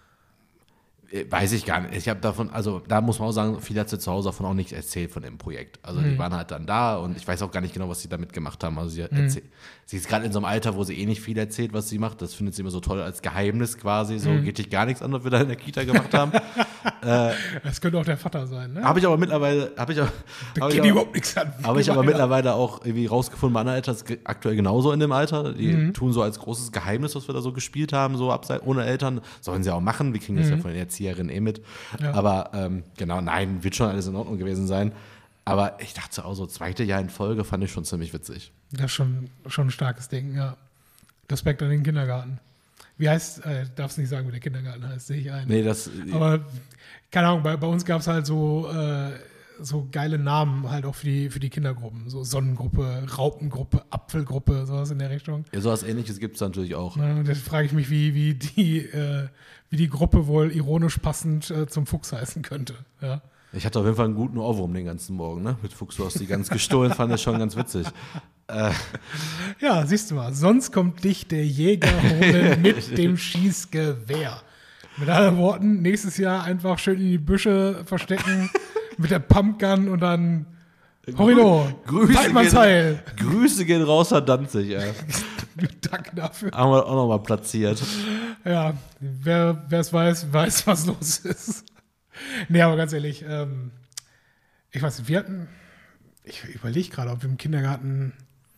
Weiß ich gar nicht. Ich habe davon, also da muss man auch sagen, viel hat sie zu Hause davon auch nichts erzählt von dem Projekt. Also mhm. die waren halt dann da und ich weiß auch gar nicht genau, was sie damit gemacht haben. Also sie, mhm. erzähl, sie ist gerade in so einem Alter, wo sie eh nicht viel erzählt, was sie macht. Das findet sie immer so toll als Geheimnis quasi. So mhm. geht dich gar nichts an, was wir da in der Kita gemacht haben. äh, das könnte auch der Vater sein, ne? Habe ich aber mittlerweile, habe ich, auch, hab ich, auch, überhaupt nichts an. Habe ich aber ja. mittlerweile auch irgendwie rausgefunden, meine Eltern ist aktuell genauso in dem Alter. Die mhm. tun so als großes Geheimnis, was wir da so gespielt haben, so abseits, ohne Eltern. Sollen sie auch machen. Wir kriegen das mhm. ja von den Erzieherinnen eh mit. Ja. Aber ähm, genau, nein, wird schon alles in Ordnung gewesen sein. Aber ich dachte auch so, zweite Jahr in Folge fand ich schon ziemlich witzig. Das ist schon, schon ein starkes Ding, ja. Respekt an den Kindergarten. Wie heißt, äh, darfst nicht sagen, wie der Kindergarten heißt, sehe ich ein. Nee, das... Aber, keine Ahnung, bei, bei uns gab es halt so, äh, so geile Namen halt auch für die, für die Kindergruppen. So Sonnengruppe, Raupengruppe, Apfelgruppe, sowas in der Richtung. Ja, sowas Ähnliches gibt es natürlich auch. Ja, und da frage ich mich, wie, wie, die, äh, wie die Gruppe wohl ironisch passend äh, zum Fuchs heißen könnte. Ja. Ich hatte auf jeden Fall einen guten Ohrwurm den ganzen Morgen, ne? Mit Fuchs, du hast die ganz gestohlen, fand ich schon ganz witzig. Äh. Ja, siehst du mal, sonst kommt dich der Jäger holen mit dem Schießgewehr. Mit anderen Worten, nächstes Jahr einfach schön in die Büsche verstecken mit der Pumpgun und dann Horrido, Grüße gehen, Grüße gehen raus an Danzig, ey. Danke dafür. Haben wir auch nochmal platziert. Ja, wer es weiß, weiß, was los ist. Nee, aber ganz ehrlich, ähm, ich weiß nicht, wir hatten, ich überlege gerade, ob wir im Kindergarten,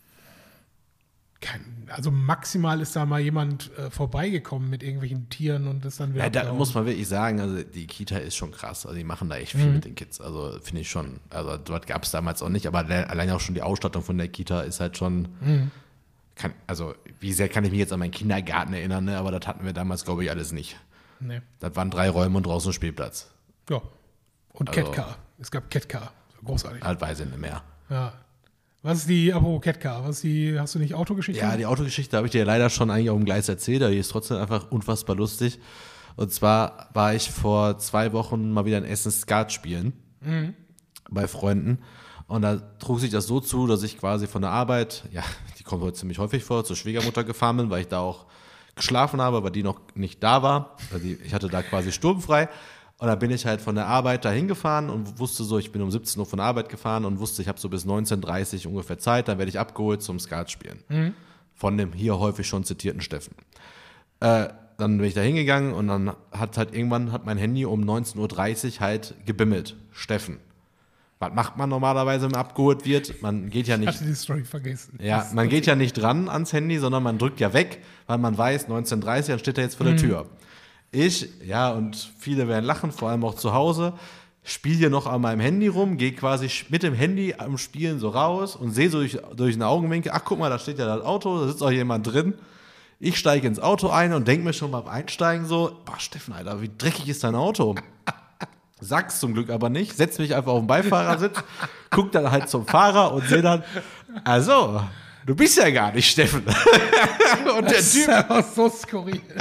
kein, also maximal ist da mal jemand äh, vorbeigekommen mit irgendwelchen Tieren und das dann wieder. Ja, da muss man wirklich sagen, also die Kita ist schon krass, also die machen da echt viel mhm. mit den Kids, also finde ich schon, also dort gab es damals auch nicht, aber allein auch schon die Ausstattung von der Kita ist halt schon, mhm. kann, also wie sehr kann ich mich jetzt an meinen Kindergarten erinnern, ne? Aber das hatten wir damals, glaube ich, alles nicht. Nee. Das waren drei Räume und draußen ein Spielplatz. Ja, und also, Catcar, es gab Catcar, großartig. Halt weiß ich nicht mehr. Ja. Was ist die, apropos Catcar, was ist die, hast du nicht Autogeschichte? Ja, die Autogeschichte habe ich dir leider schon eigentlich auf dem Gleis erzählt, aber die ist trotzdem einfach unfassbar lustig. Und zwar war ich vor zwei Wochen mal wieder in Essen Skat spielen, mhm. bei Freunden. Und da trug sich das so zu, dass ich quasi von der Arbeit, ja, die kommt heute ziemlich häufig vor, zur Schwiegermutter gefahren bin, weil ich da auch geschlafen habe, weil die noch nicht da war. Also die, ich hatte da quasi sturmfrei. Und dann bin ich halt von der Arbeit da hingefahren und wusste so, ich bin um siebzehn Uhr von der Arbeit gefahren und wusste, ich habe so bis neunzehn Uhr dreißig ungefähr Zeit, dann werde ich abgeholt zum Skat spielen. Mhm. Von dem hier häufig schon zitierten Steffen. Äh, dann bin ich da hingegangen und dann hat halt irgendwann hat mein Handy um neunzehn Uhr dreißig halt gebimmelt. Steffen. Was macht man normalerweise, wenn man abgeholt wird? Man geht ja nicht. Ich hatte die Story vergessen. Ja, man geht ja nicht dran ans Handy, sondern man drückt ja weg, weil man weiß, neunzehn Uhr dreißig, dann steht er jetzt vor der Tür. Ich, ja, und viele werden lachen, vor allem auch zu Hause, spiele hier noch an meinem Handy rum, gehe quasi mit dem Handy am Spielen so raus und sehe so durch, durch einen Augenwinkel, ach guck mal, da steht ja das Auto, da sitzt auch jemand drin. Ich steige ins Auto ein und denke mir schon beim Einsteigen so, boah, Steffen, Alter, wie dreckig ist dein Auto? Sag's zum Glück aber nicht, setz mich einfach auf den Beifahrersitz, guck dann halt zum Fahrer und sehe dann, also, du bist ja gar nicht Steffen. Und der das Typ, ist aber so skurril.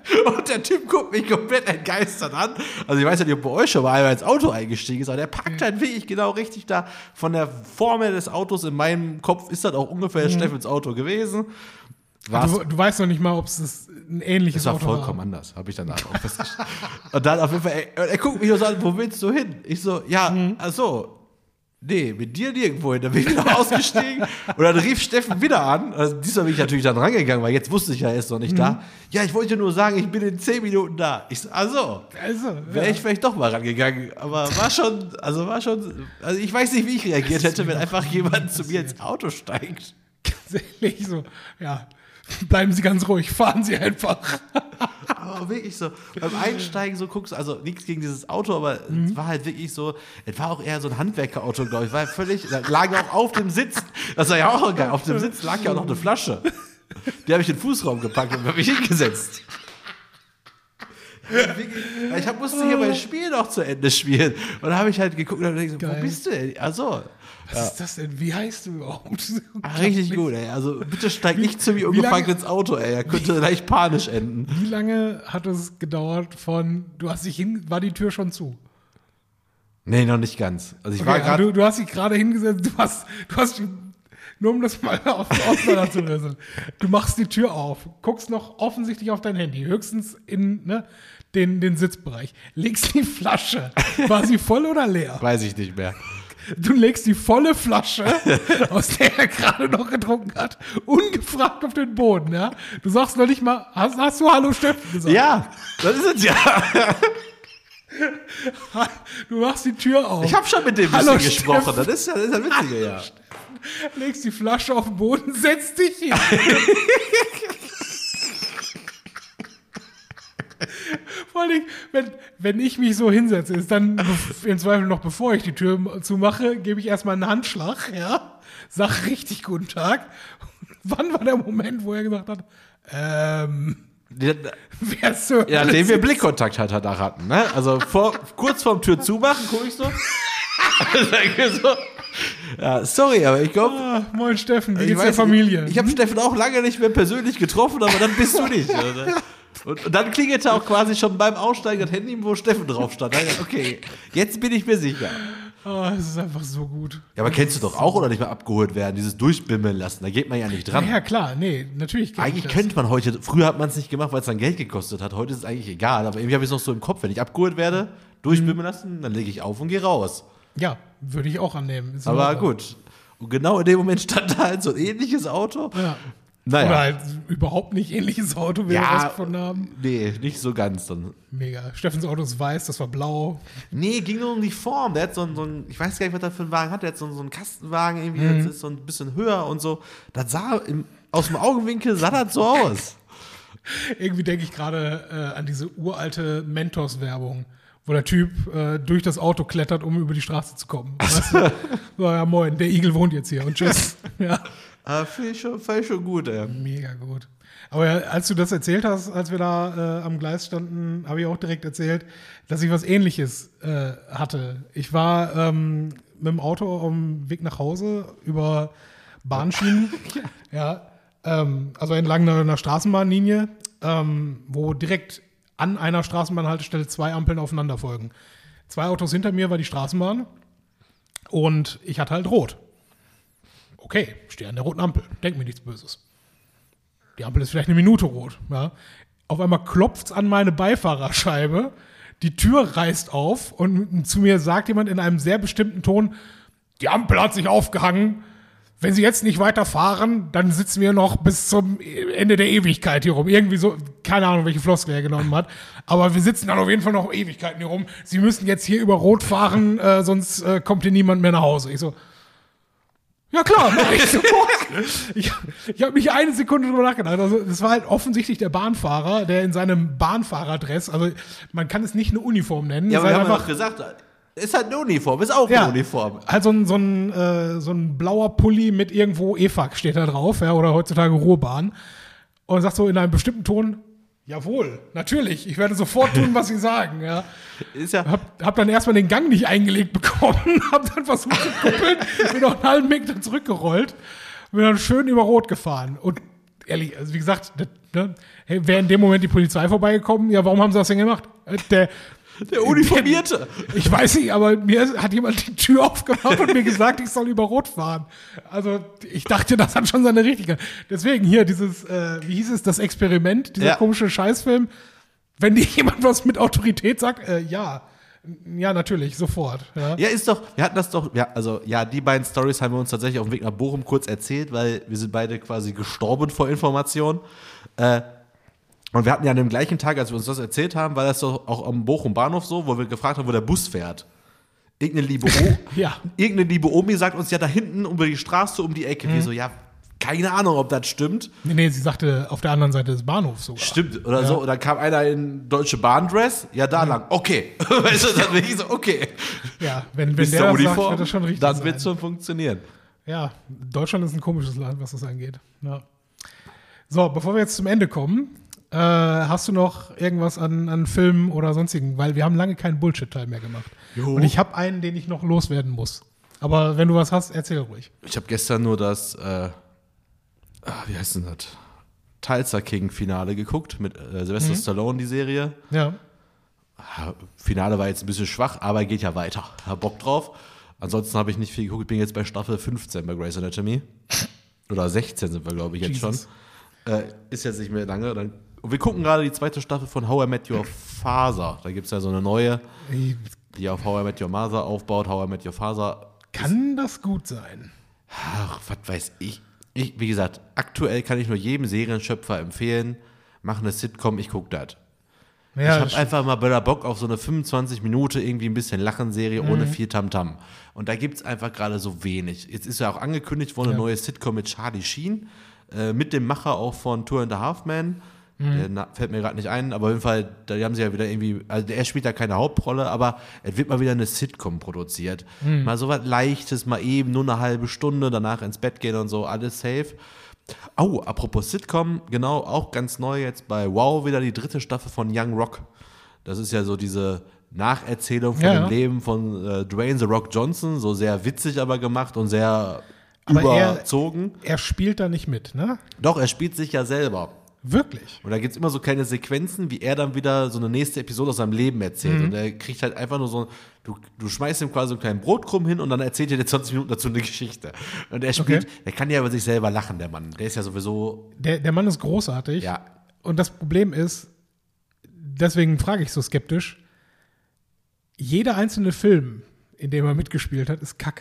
Und der Typ guckt mich komplett entgeistert an. Also ich weiß ja nicht, ob bei euch schon mal einmal ins Auto eingestiegen ist, aber der packt halt wirklich genau richtig da. Von der Formel des Autos in meinem Kopf ist das auch ungefähr mhm. Steffens Auto gewesen. Du, du weißt noch nicht mal, ob es ein ähnliches Auto war. Das war vollkommen war. anders, habe ich danach auch festgestellt. Und dann auf jeden Fall, er, er guckt mich nur so an, wo willst du hin? Ich so, ja, mhm. ach so. Nee, mit dir nirgendwo hin. Dann bin ich wieder ausgestiegen und dann rief Steffen wieder an. Also diesmal bin ich natürlich dann rangegangen, weil jetzt wusste ich ja, er ist noch nicht mhm. da. Ja, ich wollte nur sagen, ich bin in zehn Minuten da. Ich so, also, also wäre ja. ich vielleicht doch mal rangegangen. Aber war schon, also war schon, also ich weiß nicht, wie ich reagiert hätte, wenn einfach jemand zu mir ins Auto steigt. Ganz ehrlich, so, ja, bleiben Sie ganz ruhig, fahren Sie einfach. Aber wirklich so, beim Einsteigen so guckst du, also nichts gegen dieses Auto, aber mhm. es war halt wirklich so, es war auch eher so ein Handwerkerauto, glaube ich, war völlig, da lag auch auf dem Sitz, das war ja auch geil, auf dem Sitz lag ja auch noch eine Flasche. Die habe ich in den Fußraum gepackt und habe mich hingesetzt. Ich hab, musste hier mein Spiel noch zu Ende spielen. Und da habe ich halt geguckt und gedacht, wo bist du denn? Achso. Was ja. ist das denn? Wie heißt du überhaupt? Ach, richtig gut, ey. Also bitte steig wie, nicht zu mir ungefangen ins Auto, ey. Er könnte wie, leicht panisch enden. Wie lange hat es gedauert von, du hast dich hin, war die Tür schon zu? Nee, noch nicht ganz. Also ich okay, war gerade. Du, du hast dich gerade hingesetzt, du hast, du hast, nur um das mal auf auseinander zu lösen. Du machst die Tür auf, guckst noch offensichtlich auf dein Handy, höchstens in, ne, den, den Sitzbereich, legst die Flasche. War sie voll oder leer? Weiß ich nicht mehr. Du legst die volle Flasche, aus der er gerade noch getrunken hat, ungefragt auf den Boden, ja? Du sagst noch nicht mal, hast, hast du Hallo Steffen gesagt? Ja, das ist es ja. Du machst die Tür auf. Ich habe schon mit dem Hallo bisschen gesprochen, das ist ja, das ist ja witziger, ja. Legst die Flasche auf den Boden, setzt dich hin. Vor allem, wenn, wenn ich mich so hinsetze, ist dann im Zweifel noch bevor ich die Tür zumache, gebe ich erstmal einen Handschlag, ja, sag richtig guten Tag. Wann war der Moment, wo er gesagt hat, ähm, wer ist so? Ja, nachdem wir Blickkontakt halt danach hatten, ne? Also vor, kurz vorm Tür zumachen, gucke ich so. so. Ja, sorry, aber ich glaube. Ah, moin Steffen, wie geht's der Familie? Ich, ich habe Steffen auch lange nicht mehr persönlich getroffen, aber dann bist du nicht. Oder? Und, und dann klingelte auch quasi schon beim Aussteigen das Handy, wo Steffen drauf stand. Okay, jetzt bin ich mir sicher. Oh, das ist einfach so gut. Ja, aber kennst du doch auch, oder nicht mal abgeholt werden, dieses Durchbimmeln lassen, da geht man ja nicht dran. Ja, ja klar, nee, natürlich geht Eigentlich könnte man heute, früher hat man es nicht gemacht, weil es dann Geld gekostet hat, heute ist es eigentlich egal, aber irgendwie habe ich es noch so im Kopf, wenn ich abgeholt werde, durchbimmeln lassen, dann lege ich auf und gehe raus. Ja, würde ich auch annehmen. Ist aber gut, und genau in dem Moment stand da halt so ein ähnliches Auto. Ja. Naja. Oder halt überhaupt nicht ähnliches Auto, wie ja, wir rausgefunden haben. Nee, nicht so ganz. Dann. Mega. Steffens Auto ist weiß, das war blau. Nee, ging nur um die Form. Der hat so einen, so einen ich weiß gar nicht, was der für einen Wagen hat. Der hat so einen, so einen Kastenwagen, irgendwie, mhm. das ist so ein bisschen höher und so. Das sah im, aus dem Augenwinkel sah das so aus. Irgendwie denke ich gerade äh, an diese uralte Mentos-Werbung, wo der Typ äh, durch das Auto klettert, um über die Straße zu kommen. Weißt du? So, ja, moin, der Igel wohnt jetzt hier und tschüss. Ja. Ah, finde ich, schon, find ich schon gut, ey. Mega gut. Aber ja, als du das erzählt hast, als wir da äh, am Gleis standen, habe ich auch direkt erzählt, dass ich was Ähnliches äh, hatte. Ich war ähm, mit dem Auto auf dem Weg nach Hause über Bahnschienen, ja, ähm, also entlang einer, einer Straßenbahnlinie, ähm, wo direkt an einer Straßenbahnhaltestelle zwei Ampeln aufeinander folgen. Zwei Autos hinter mir war die Straßenbahn und ich hatte halt rot. Okay, stehe an der roten Ampel, denk mir nichts Böses. Die Ampel ist vielleicht eine Minute rot. Ja. Auf einmal klopft's an meine Beifahrerscheibe, die Tür reißt auf und zu mir sagt jemand in einem sehr bestimmten Ton, die Ampel hat sich aufgehangen, wenn Sie jetzt nicht weiterfahren, dann sitzen wir noch bis zum Ende der Ewigkeit hier rum. Irgendwie so, keine Ahnung, welche Floskel er genommen hat, aber wir sitzen dann auf jeden Fall noch Ewigkeiten hier rum. Sie müssen jetzt hier über Rot fahren, äh, sonst äh, kommt hier niemand mehr nach Hause. Ich so, ja klar, mach ich sofort. Ich, ich habe mich eine Sekunde drüber nachgedacht. Also das war halt offensichtlich der Bahnfahrer, der in seinem Bahnfahrerdress, also man kann es nicht eine Uniform nennen. Ja, aber wir halt haben einfach gesagt, ist halt eine Uniform, ist auch ja, eine Uniform. Halt so ein, so, ein, äh, so ein blauer Pulli mit irgendwo E F A G steht da drauf, ja, oder heutzutage Ruhrbahn. Und sagt so in einem bestimmten Ton, jawohl, natürlich, ich werde sofort tun, was Sie sagen. Ja. Ist ja hab, hab dann erstmal den Gang nicht eingelegt bekommen, hab dann versucht zu kuppeln, bin noch einen halben Meter zurückgerollt, bin dann schön über Rot gefahren. Und ehrlich, also wie gesagt, das ne? Hey, wäre in dem Moment die Polizei vorbeigekommen, ja, warum haben sie das denn gemacht? Äh, Der, Der Uniformierte. Der, ich weiß nicht, aber mir ist, hat jemand die Tür aufgemacht und mir gesagt, ich soll über Rot fahren. Also ich dachte, das hat schon seine Richtigkeit. Deswegen hier dieses, äh, wie hieß es, das Experiment, dieser Ja. komische Scheißfilm. Wenn dir jemand was mit Autorität sagt, äh, ja, ja, natürlich, sofort. Ja. Ja, ist doch, wir hatten das doch, ja, also ja, die beiden Stories haben wir uns tatsächlich auf dem Weg nach Bochum kurz erzählt, weil wir sind beide quasi gestorben vor Informationen. Äh, und wir hatten ja an dem gleichen Tag, als wir uns das erzählt haben, war das doch auch am Bochum Bahnhof so, wo wir gefragt haben, wo der Bus fährt. Irgendeine liebe, o- Ja. Irgendeine liebe Omi sagt uns ja da hinten über die Straße um die Ecke. Mhm. Wir so, ja, keine Ahnung, ob das stimmt. Nee, nee, sie sagte auf der anderen Seite des Bahnhofs sogar. Stimmt, oder Ja. so. Und dann kam einer in Deutsche Bahn-Dress, ja, da lang. Okay. Weißt du, dann bin ich so, okay. Ja, wenn, wenn Bis der zur das sagt, Uniform, wird das schon richtig dann sein. wird es schon funktionieren. Ja, Deutschland ist ein komisches Land, was das angeht. Ja. So, bevor wir jetzt zum Ende kommen, äh, hast du noch irgendwas an, an Filmen oder sonstigen? Weil wir haben lange keinen Bullshit-Teil mehr gemacht. Jo. Und ich habe einen, den ich noch loswerden muss. Aber wenn du was hast, erzähl ruhig. Ich habe gestern nur das, äh, ah, wie heißt denn das? Tulsa King-Finale geguckt mit äh, Sylvester Stallone, die Serie. Ja. Ah, Finale war jetzt ein bisschen schwach, aber geht ja weiter. Hab Bock drauf. Ansonsten habe ich nicht viel geguckt. Ich bin jetzt bei Staffel fünfzehn bei Grey's Anatomy. Oder sechzehn sind wir, glaube ich, jetzt Jesus. schon. Äh, ist jetzt nicht mehr lange. Dann, und wir gucken gerade die zweite Staffel von How I Met Your Father. Da gibt es ja so eine neue, die auf How I Met Your Mother aufbaut. How I Met Your Father. Kann das gut sein? Ach, was weiß ich. ich. Wie gesagt, aktuell kann ich nur jedem Serienschöpfer empfehlen, mach eine Sitcom, ich guck das. Ja, ich habe einfach mal bei der Bock auf so eine fünfundzwanzig Minuten irgendwie ein bisschen Lachenserie ohne Mhm. viel Tamtam. Und da gibt es einfach gerade so wenig. Jetzt ist ja auch angekündigt worden, eine Ja. neue Sitcom mit Charlie Sheen, äh, mit dem Macher auch von Two and a Half Men. Mhm. Der Na- fällt mir gerade nicht ein, aber auf jeden Fall, da haben sie ja wieder irgendwie, also er spielt da keine Hauptrolle, aber es wird mal wieder eine Sitcom produziert. Mhm. Mal so was Leichtes, mal eben nur eine halbe Stunde, danach ins Bett gehen und so, alles safe. Oh, apropos Sitcom, genau, auch ganz neu jetzt bei Wow wieder die dritte Staffel von Young Rock. Das ist ja so diese Nacherzählung von Ja, dem ja. Leben von äh, Dwayne The Rock Johnson, so sehr witzig aber gemacht und sehr Aber er- überzogen. Er spielt da nicht mit, ne? Doch, er spielt sich ja selber. Wirklich? Und da gibt es immer so kleine Sequenzen, wie er dann wieder so eine nächste Episode aus seinem Leben erzählt. Mhm. Und er kriegt halt einfach nur so, du, du schmeißt ihm quasi so einen kleinen Brotkrumm hin und dann erzählt er dir zwanzig Minuten dazu eine Geschichte. Und er spielt, Okay. der kann ja über sich selber lachen, der Mann. Der ist ja sowieso, Der, der Mann ist großartig. ja, Und das Problem ist, deswegen frage ich so skeptisch, jeder einzelne Film, in dem er mitgespielt hat, ist Kacke.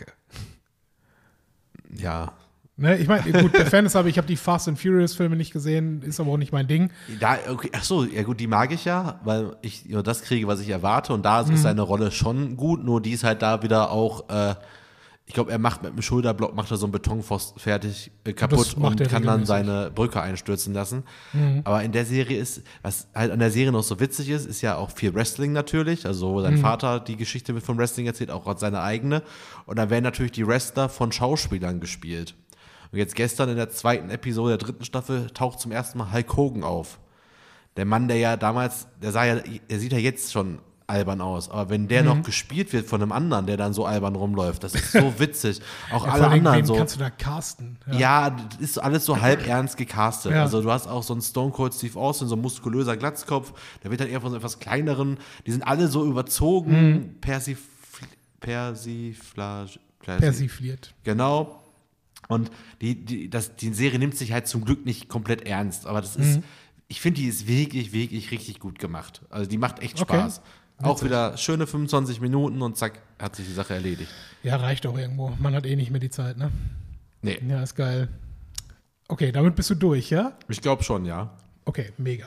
ja. Ne? Ich meine, gut, der Fan ist aber, ich habe die Fast and Furious Filme nicht gesehen, ist aber auch nicht mein Ding. Da, okay, ach so, ja gut, die mag ich ja, weil ich nur das kriege, was ich erwarte. Und da Mhm. ist seine Rolle schon gut, nur die ist halt da wieder auch, äh, ich glaube, er macht mit dem Schulterblock, macht er so einen Betonpfosten fertig äh, kaputt Das macht und er kann dann regelmäßig. seine Brücke einstürzen lassen. Mhm. Aber in der Serie ist, was halt an der Serie noch so witzig ist, ist ja auch viel Wrestling natürlich. Also wo sein Mhm. Vater die Geschichte mit vom Wrestling erzählt, auch seine eigene. Und dann werden natürlich die Wrestler von Schauspielern gespielt. Und jetzt gestern in der zweiten Episode der dritten Staffel taucht zum ersten Mal Hulk Hogan auf. Der Mann, der ja damals, der sah ja, der sieht ja jetzt schon albern aus. Aber wenn der Mhm. noch gespielt wird von einem anderen, der dann so albern rumläuft, das ist so witzig. Auch Ja, alle vor allem, anderen wen so. kannst du da casten? Ja, das ist alles so halb ernst gecastet. Ja. Also du hast auch so einen Stone Cold Steve Austin, so ein muskulöser Glatzkopf, der wird dann eher von so etwas kleineren, die sind alle so überzogen, Mhm. Persif Persiflage, Persi Persifliert. Genau. Und die, die, das, die Serie nimmt sich halt zum Glück nicht komplett ernst, aber das ist, Mhm. ich finde, die ist wirklich, wirklich richtig gut gemacht. Also die macht echt Okay. Spaß. Auch Witzig. wieder schöne fünfundzwanzig Minuten und zack, hat sich die Sache erledigt. Ja, reicht auch irgendwo. Man hat eh nicht mehr die Zeit, ne? Nee, Ja, ist geil. Okay, damit bist du durch, ja? ich glaube schon, ja. Okay, mega.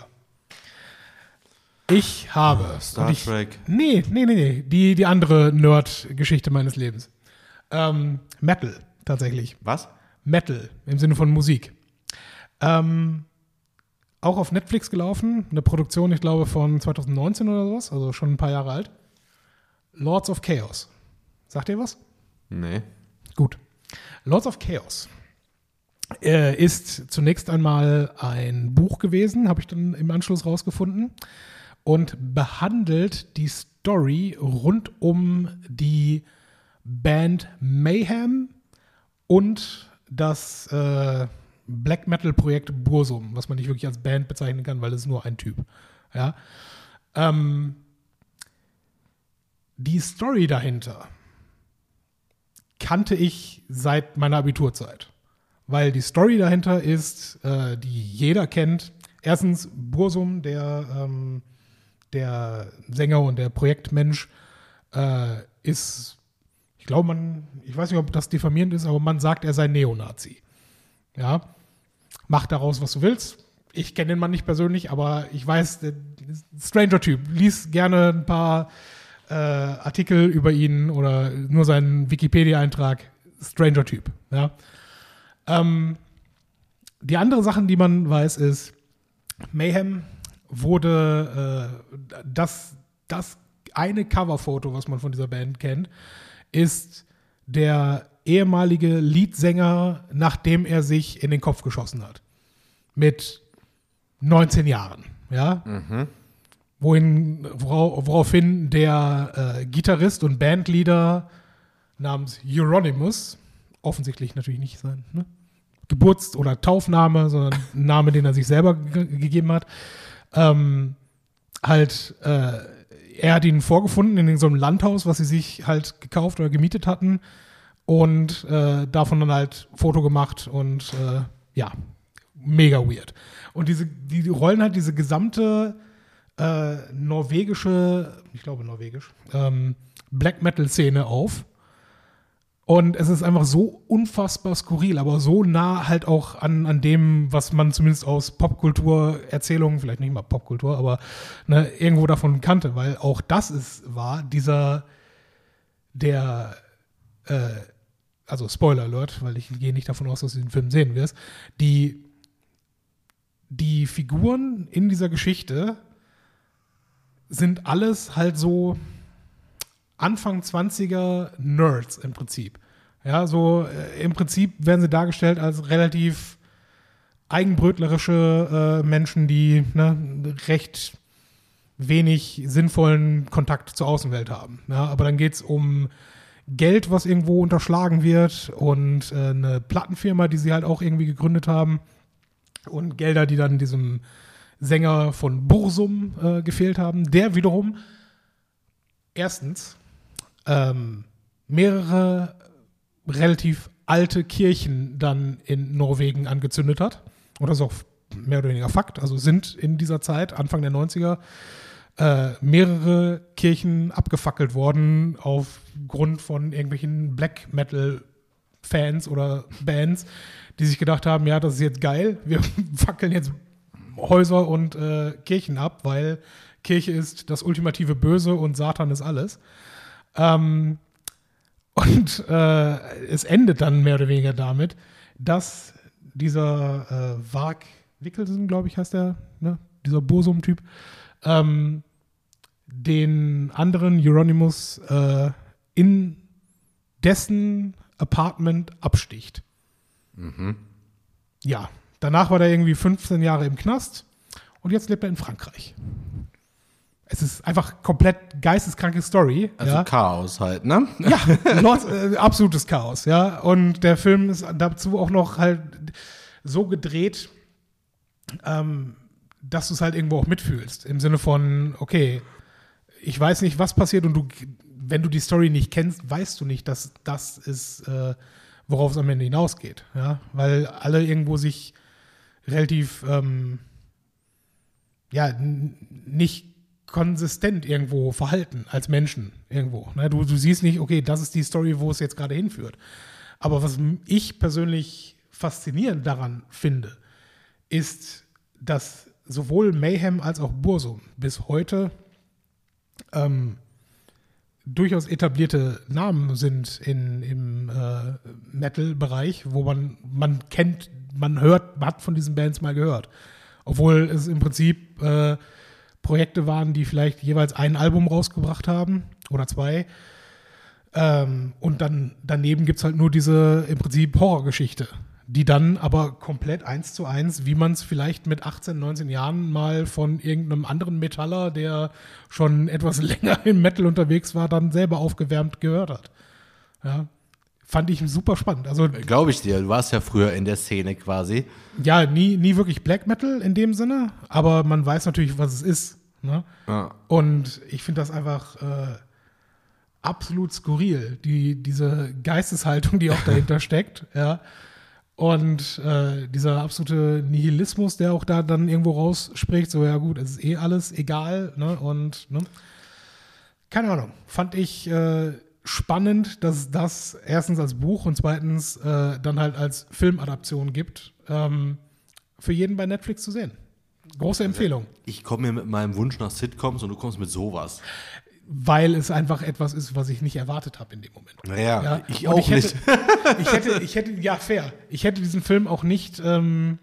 Ich habe. Star und ich, Trek. Nee, nee, nee, nee. Die, die andere Nerd-Geschichte meines Lebens. Ähm, Metal, tatsächlich. Was? Metal, im Sinne von Musik. Ähm, auch auf Netflix gelaufen. Eine Produktion, ich glaube, von zwanzig neunzehn oder sowas. Also schon ein paar Jahre alt. Lords of Chaos. Sagt ihr was? Nee. Gut. Lords of Chaos äh, ist zunächst einmal ein Buch gewesen, habe ich dann im Anschluss rausgefunden, und behandelt die Story rund um die Band Mayhem und das, äh, Black Metal Projekt Burzum, was man nicht wirklich als Band bezeichnen kann, weil es ist nur ein Typ. Ja. Ähm, die Story dahinter kannte ich seit meiner Abiturzeit. Weil die Story dahinter ist, äh, die jeder kennt. Erstens Burzum, der, ähm, der Sänger und der Projektmensch, äh, ist, ich glaube, man, ich weiß nicht, ob das diffamierend ist, aber man sagt, er sei Neonazi. Ja, mach daraus, was du willst. Ich kenne den Mann nicht persönlich, aber ich weiß, der Stranger-Typ. Lies gerne ein paar äh, Artikel über ihn oder nur seinen Wikipedia-Eintrag. Stranger-Typ. Ja. Ähm, die andere Sache, die man weiß, ist, Mayhem wurde äh, das, das eine Coverfoto, was man von dieser Band kennt, ist der ehemalige Leadsänger, nachdem er sich in den Kopf geschossen hat. Mit neunzehn Jahren. Ja? Mhm. Wohin, wora, woraufhin der äh, Gitarrist und Bandleader namens Euronymous, offensichtlich natürlich nicht sein ne? Geburts- oder Taufname, sondern ein Name, den er sich selber ge- gegeben hat, ähm, halt, äh, er hat ihn vorgefunden in so einem Landhaus, was sie sich halt gekauft oder gemietet hatten und äh, davon dann halt Foto gemacht und äh, ja, mega weird. Und diese, die rollen halt diese gesamte äh, norwegische, ich glaube norwegisch, ähm, Black Metal Szene auf. Und es ist einfach so unfassbar skurril, aber so nah halt auch an, an dem, was man zumindest aus Popkultur-Erzählungen, vielleicht nicht mal Popkultur, aber ne, irgendwo davon kannte, weil auch das ist, war dieser, der, äh, also Spoiler Alert, weil ich gehe nicht davon aus, dass du den Film sehen wirst, die, die Figuren in dieser Geschichte sind alles halt so Anfang zwanziger Nerds im Prinzip. Ja, so äh, im Prinzip werden sie dargestellt als relativ eigenbrötlerische äh, Menschen, die ne, recht wenig sinnvollen Kontakt zur Außenwelt haben. Ja, aber dann geht es um Geld, was irgendwo unterschlagen wird und äh, eine Plattenfirma, die sie halt auch irgendwie gegründet haben und Gelder, die dann diesem Sänger von Burzum äh, gefehlt haben, der wiederum erstens ähm, mehrere relativ alte Kirchen dann in Norwegen angezündet hat. Und das ist auch mehr oder weniger Fakt. Also sind in dieser Zeit, Anfang der neunziger, äh, mehrere Kirchen abgefackelt worden aufgrund von irgendwelchen Black Metal Fans oder Bands, die sich gedacht haben, ja, das ist jetzt geil, wir fackeln jetzt Häuser und äh, Kirchen ab, weil Kirche ist das ultimative Böse und Satan ist alles. Ähm, und äh, es endet dann mehr oder weniger damit, dass dieser äh, Varg Wickelsen, glaube ich, heißt der, ne? Dieser Burzum-Typ, ähm, den anderen Euronymous äh, in dessen Apartment absticht. Mhm. Ja, danach war der irgendwie fünfzehn Jahre im Knast und jetzt lebt er in Frankreich. Es ist einfach komplett geisteskranke Story. Also ja. Chaos halt, ne? Ja, Lord, äh, absolutes Chaos, ja. Und der Film ist dazu auch noch halt so gedreht, ähm, dass du es halt irgendwo auch mitfühlst. Im Sinne von, okay, ich weiß nicht, was passiert und du, wenn du die Story nicht kennst, weißt du nicht, dass das ist, äh, worauf es am Ende hinausgeht. Ja? Weil alle irgendwo sich relativ ähm, ja, n- nicht konsistent irgendwo verhalten als Menschen irgendwo. Ne? Du, du siehst nicht, okay, das ist die Story, wo es jetzt gerade hinführt. Aber was ich persönlich faszinierend daran finde, ist, dass sowohl Mayhem als auch Burzum bis heute ähm, durchaus etablierte Namen sind in, im äh, Metal-Bereich, wo man, man kennt, man hört, man hat von diesen Bands mal gehört. Obwohl es im Prinzip äh, Projekte waren, die vielleicht jeweils ein Album rausgebracht haben oder zwei. Ähm, und dann daneben gibt es halt nur diese im Prinzip Horrorgeschichte, die dann aber komplett eins zu eins, wie man es vielleicht mit achtzehn, neunzehn Jahren mal von irgendeinem anderen Metaller, der schon etwas länger im Metal unterwegs war, dann selber aufgewärmt gehört hat. Ja. fand ich super spannend. Also, Glaube ich dir, du warst ja früher in der Szene quasi. ja, nie, nie wirklich Black Metal in dem Sinne, aber man weiß natürlich, was es ist. Ne? Ja. Und ich finde das einfach äh, absolut skurril, die, diese Geisteshaltung, die auch dahinter steckt. Ja. Und äh, dieser absolute Nihilismus, der auch da dann irgendwo rausspricht, so ja gut, es ist eh alles egal. Ne? Und ne? keine Ahnung, fand ich äh, spannend, dass es das erstens als Buch und zweitens äh, dann halt als Filmadaption gibt, ähm, für jeden bei Netflix zu sehen. Große Empfehlung. Ich komme mir mit meinem Wunsch nach Sitcoms und du kommst mit sowas. Weil es einfach etwas ist, was ich nicht erwartet habe in dem Moment. Naja, Ja, ich und auch ich hätte, nicht. Ich hätte, ich hätte, ja, fair. Ich hätte diesen Film auch nicht, ähm,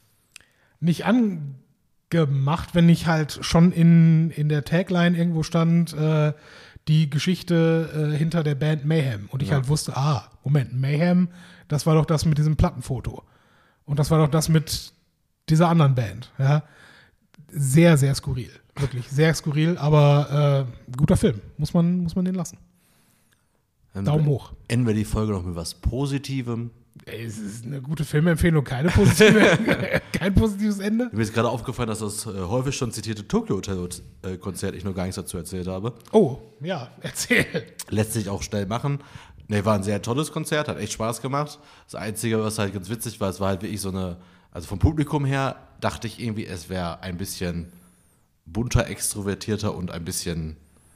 nicht angemacht, wenn nicht halt schon in, in der Tagline irgendwo stand, äh, die Geschichte äh, hinter der Band Mayhem. Und ich Ja. halt wusste, ah, Moment, Mayhem, das war doch das mit diesem Plattenfoto. Und das war doch das mit dieser anderen Band. Ja. Sehr, sehr skurril. Wirklich sehr skurril, aber äh, guter Film. Muss man, muss man den lassen. Dann Daumen hoch. Enden wir die Folge noch mit was Positivem. Ey, es ist eine gute Filmempfehlung, keine positive, kein positives Ende. Mir ist gerade aufgefallen, dass das äh, häufig schon zitierte Tokyo Hotel äh, Konzert ich noch gar nichts dazu erzählt habe. Oh, ja, erzähl. Lässt sich auch schnell machen. Ne, war ein sehr tolles Konzert, hat echt Spaß gemacht. Das Einzige, was halt ganz witzig war, es war halt wirklich so eine, also vom Publikum her dachte ich irgendwie, es wäre ein bisschen bunter, extrovertierter und ein bisschen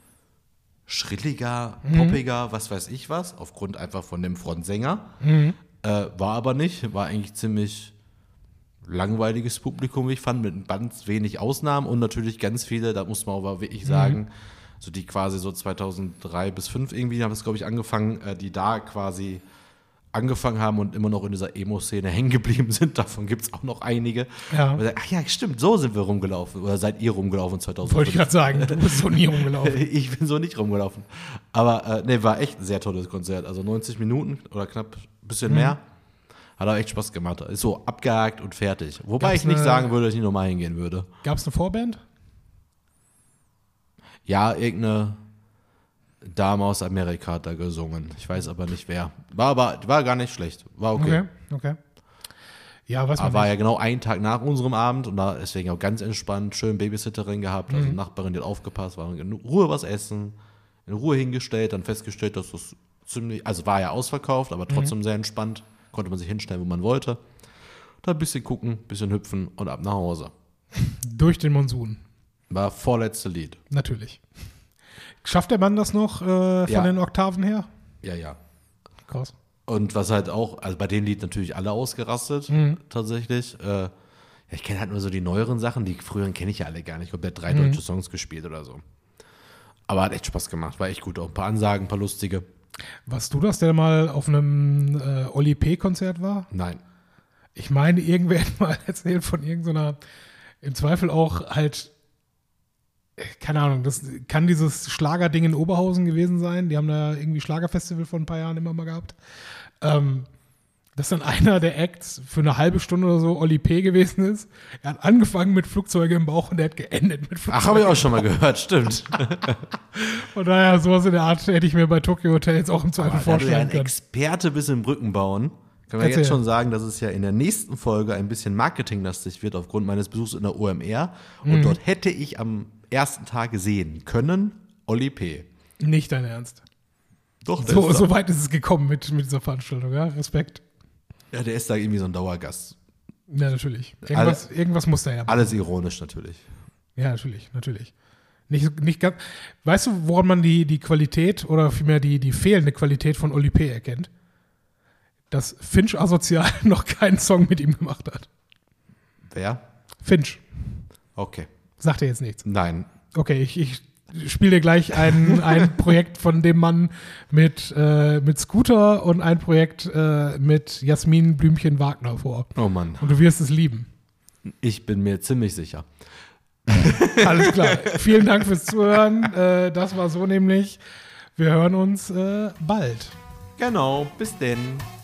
schrilliger, Mhm. poppiger, was weiß ich was, aufgrund einfach von dem Frontsänger. Mhm. Äh, war aber nicht, war eigentlich ziemlich langweiliges Publikum, wie ich fand, mit ganz wenig Ausnahmen und natürlich ganz viele, da muss man aber wirklich sagen, so die quasi so zweitausenddrei bis zweitausendsfünf irgendwie haben das, glaube ich, angefangen, äh, die da quasi angefangen haben und immer noch in dieser Emo-Szene hängen geblieben sind. Davon gibt es auch noch einige. Ja. Und, ach ja, stimmt, so sind wir rumgelaufen. Oder seid ihr rumgelaufen zweitausendfünf? Wollte ich gerade sagen, du bist so nie rumgelaufen. Ich bin so nicht rumgelaufen. Aber äh, nee, war echt ein sehr tolles Konzert. Also neunzig Minuten oder knapp ein bisschen Mhm. mehr. Hat auch echt Spaß gemacht. Ist so abgehakt und fertig. Wobei Gab's ich nicht eine- sagen würde, dass ich nicht nochmal hingehen würde. Gab es eine Vorband? Ja, irgendeine Dame aus Amerika hat da gesungen. Ich weiß aber nicht wer. War aber war gar nicht schlecht. War okay. Okay, okay. Ja, weiß man Aber war nicht. ja genau einen Tag nach unserem Abend und da deswegen auch ganz entspannt, schön Babysitterin gehabt, also Mhm. Nachbarin, die hat aufgepasst, war in Ruhe was essen, in Ruhe hingestellt, dann festgestellt, dass das ziemlich, also war ja ausverkauft, aber trotzdem Mhm. sehr entspannt, konnte man sich hinstellen, wo man wollte. Da ein bisschen gucken, bisschen hüpfen und ab nach Hause. Durch den Monsun, War vorletzte Lied. natürlich. Schafft der Mann das noch äh, von Ja. den Oktaven her? Ja, ja. Krass. Und was halt auch, also bei dem Lied natürlich alle ausgerastet, Mhm. tatsächlich. Äh, ja, ich kenne halt nur so die neueren Sachen, die früheren kenne ich ja alle gar nicht. Ich glaube, der hat drei Mhm. deutsche Songs gespielt oder so. Aber hat echt Spaß gemacht, war echt gut. Auch ein paar Ansagen, ein paar lustige. Warst du das, der mal auf einem äh, Oli P-Konzert war? Nein. Ich meine, irgendwer hat mal erzählt von irgendeiner, im Zweifel auch halt, äh, keine Ahnung, das kann dieses Schlagerding in Oberhausen gewesen sein. Die haben da irgendwie Schlagerfestival vor ein paar Jahren immer mal gehabt. Ähm, dass dann einer der Acts für eine halbe Stunde oder so Oli P. gewesen ist. Er hat angefangen mit Flugzeuge im Bauch und er hat geendet mit Flugzeuge. Ach, habe ich auch schon mal gehört, stimmt. Von daher, sowas in der Art hätte ich mir bei Tokyo Hotel jetzt auch im Zweifel Aber da du ja vorstellen ein können. Experte bist im Brückenbauen, kann man Erzähl. jetzt schon sagen, dass es ja in der nächsten Folge ein bisschen marketinglastig wird aufgrund meines Besuchs in der O M R. Und Mhm. dort hätte ich am ersten Tag sehen können, Oli P. Nicht dein Ernst. Doch, der, So, ist so da, weit ist es gekommen mit, mit dieser Veranstaltung, ja? Respekt. ja, der ist da irgendwie so ein Dauergast. Ja, natürlich. Irgendwas, irgendwas muss da ja machen. Alles ironisch natürlich. Ja, natürlich, natürlich. Nicht, nicht ganz. Weißt du, woran man die, die Qualität oder vielmehr die, die fehlende Qualität von Oli P. erkennt? Dass Finch asozial noch keinen Song mit ihm gemacht hat. Wer? Finch. Okay. Sagt dir jetzt nichts. Nein. Okay, ich, ich spiele dir gleich ein, ein Projekt von dem Mann mit, äh, mit Scooter und ein Projekt äh, mit Jasmin Blümchen Wagner vor. Oh Mann. Und du wirst es lieben. Ich bin mir ziemlich sicher. Alles klar. Vielen Dank fürs Zuhören. Äh, das war so nämlich. Wir hören uns äh, bald. Genau. Bis denn.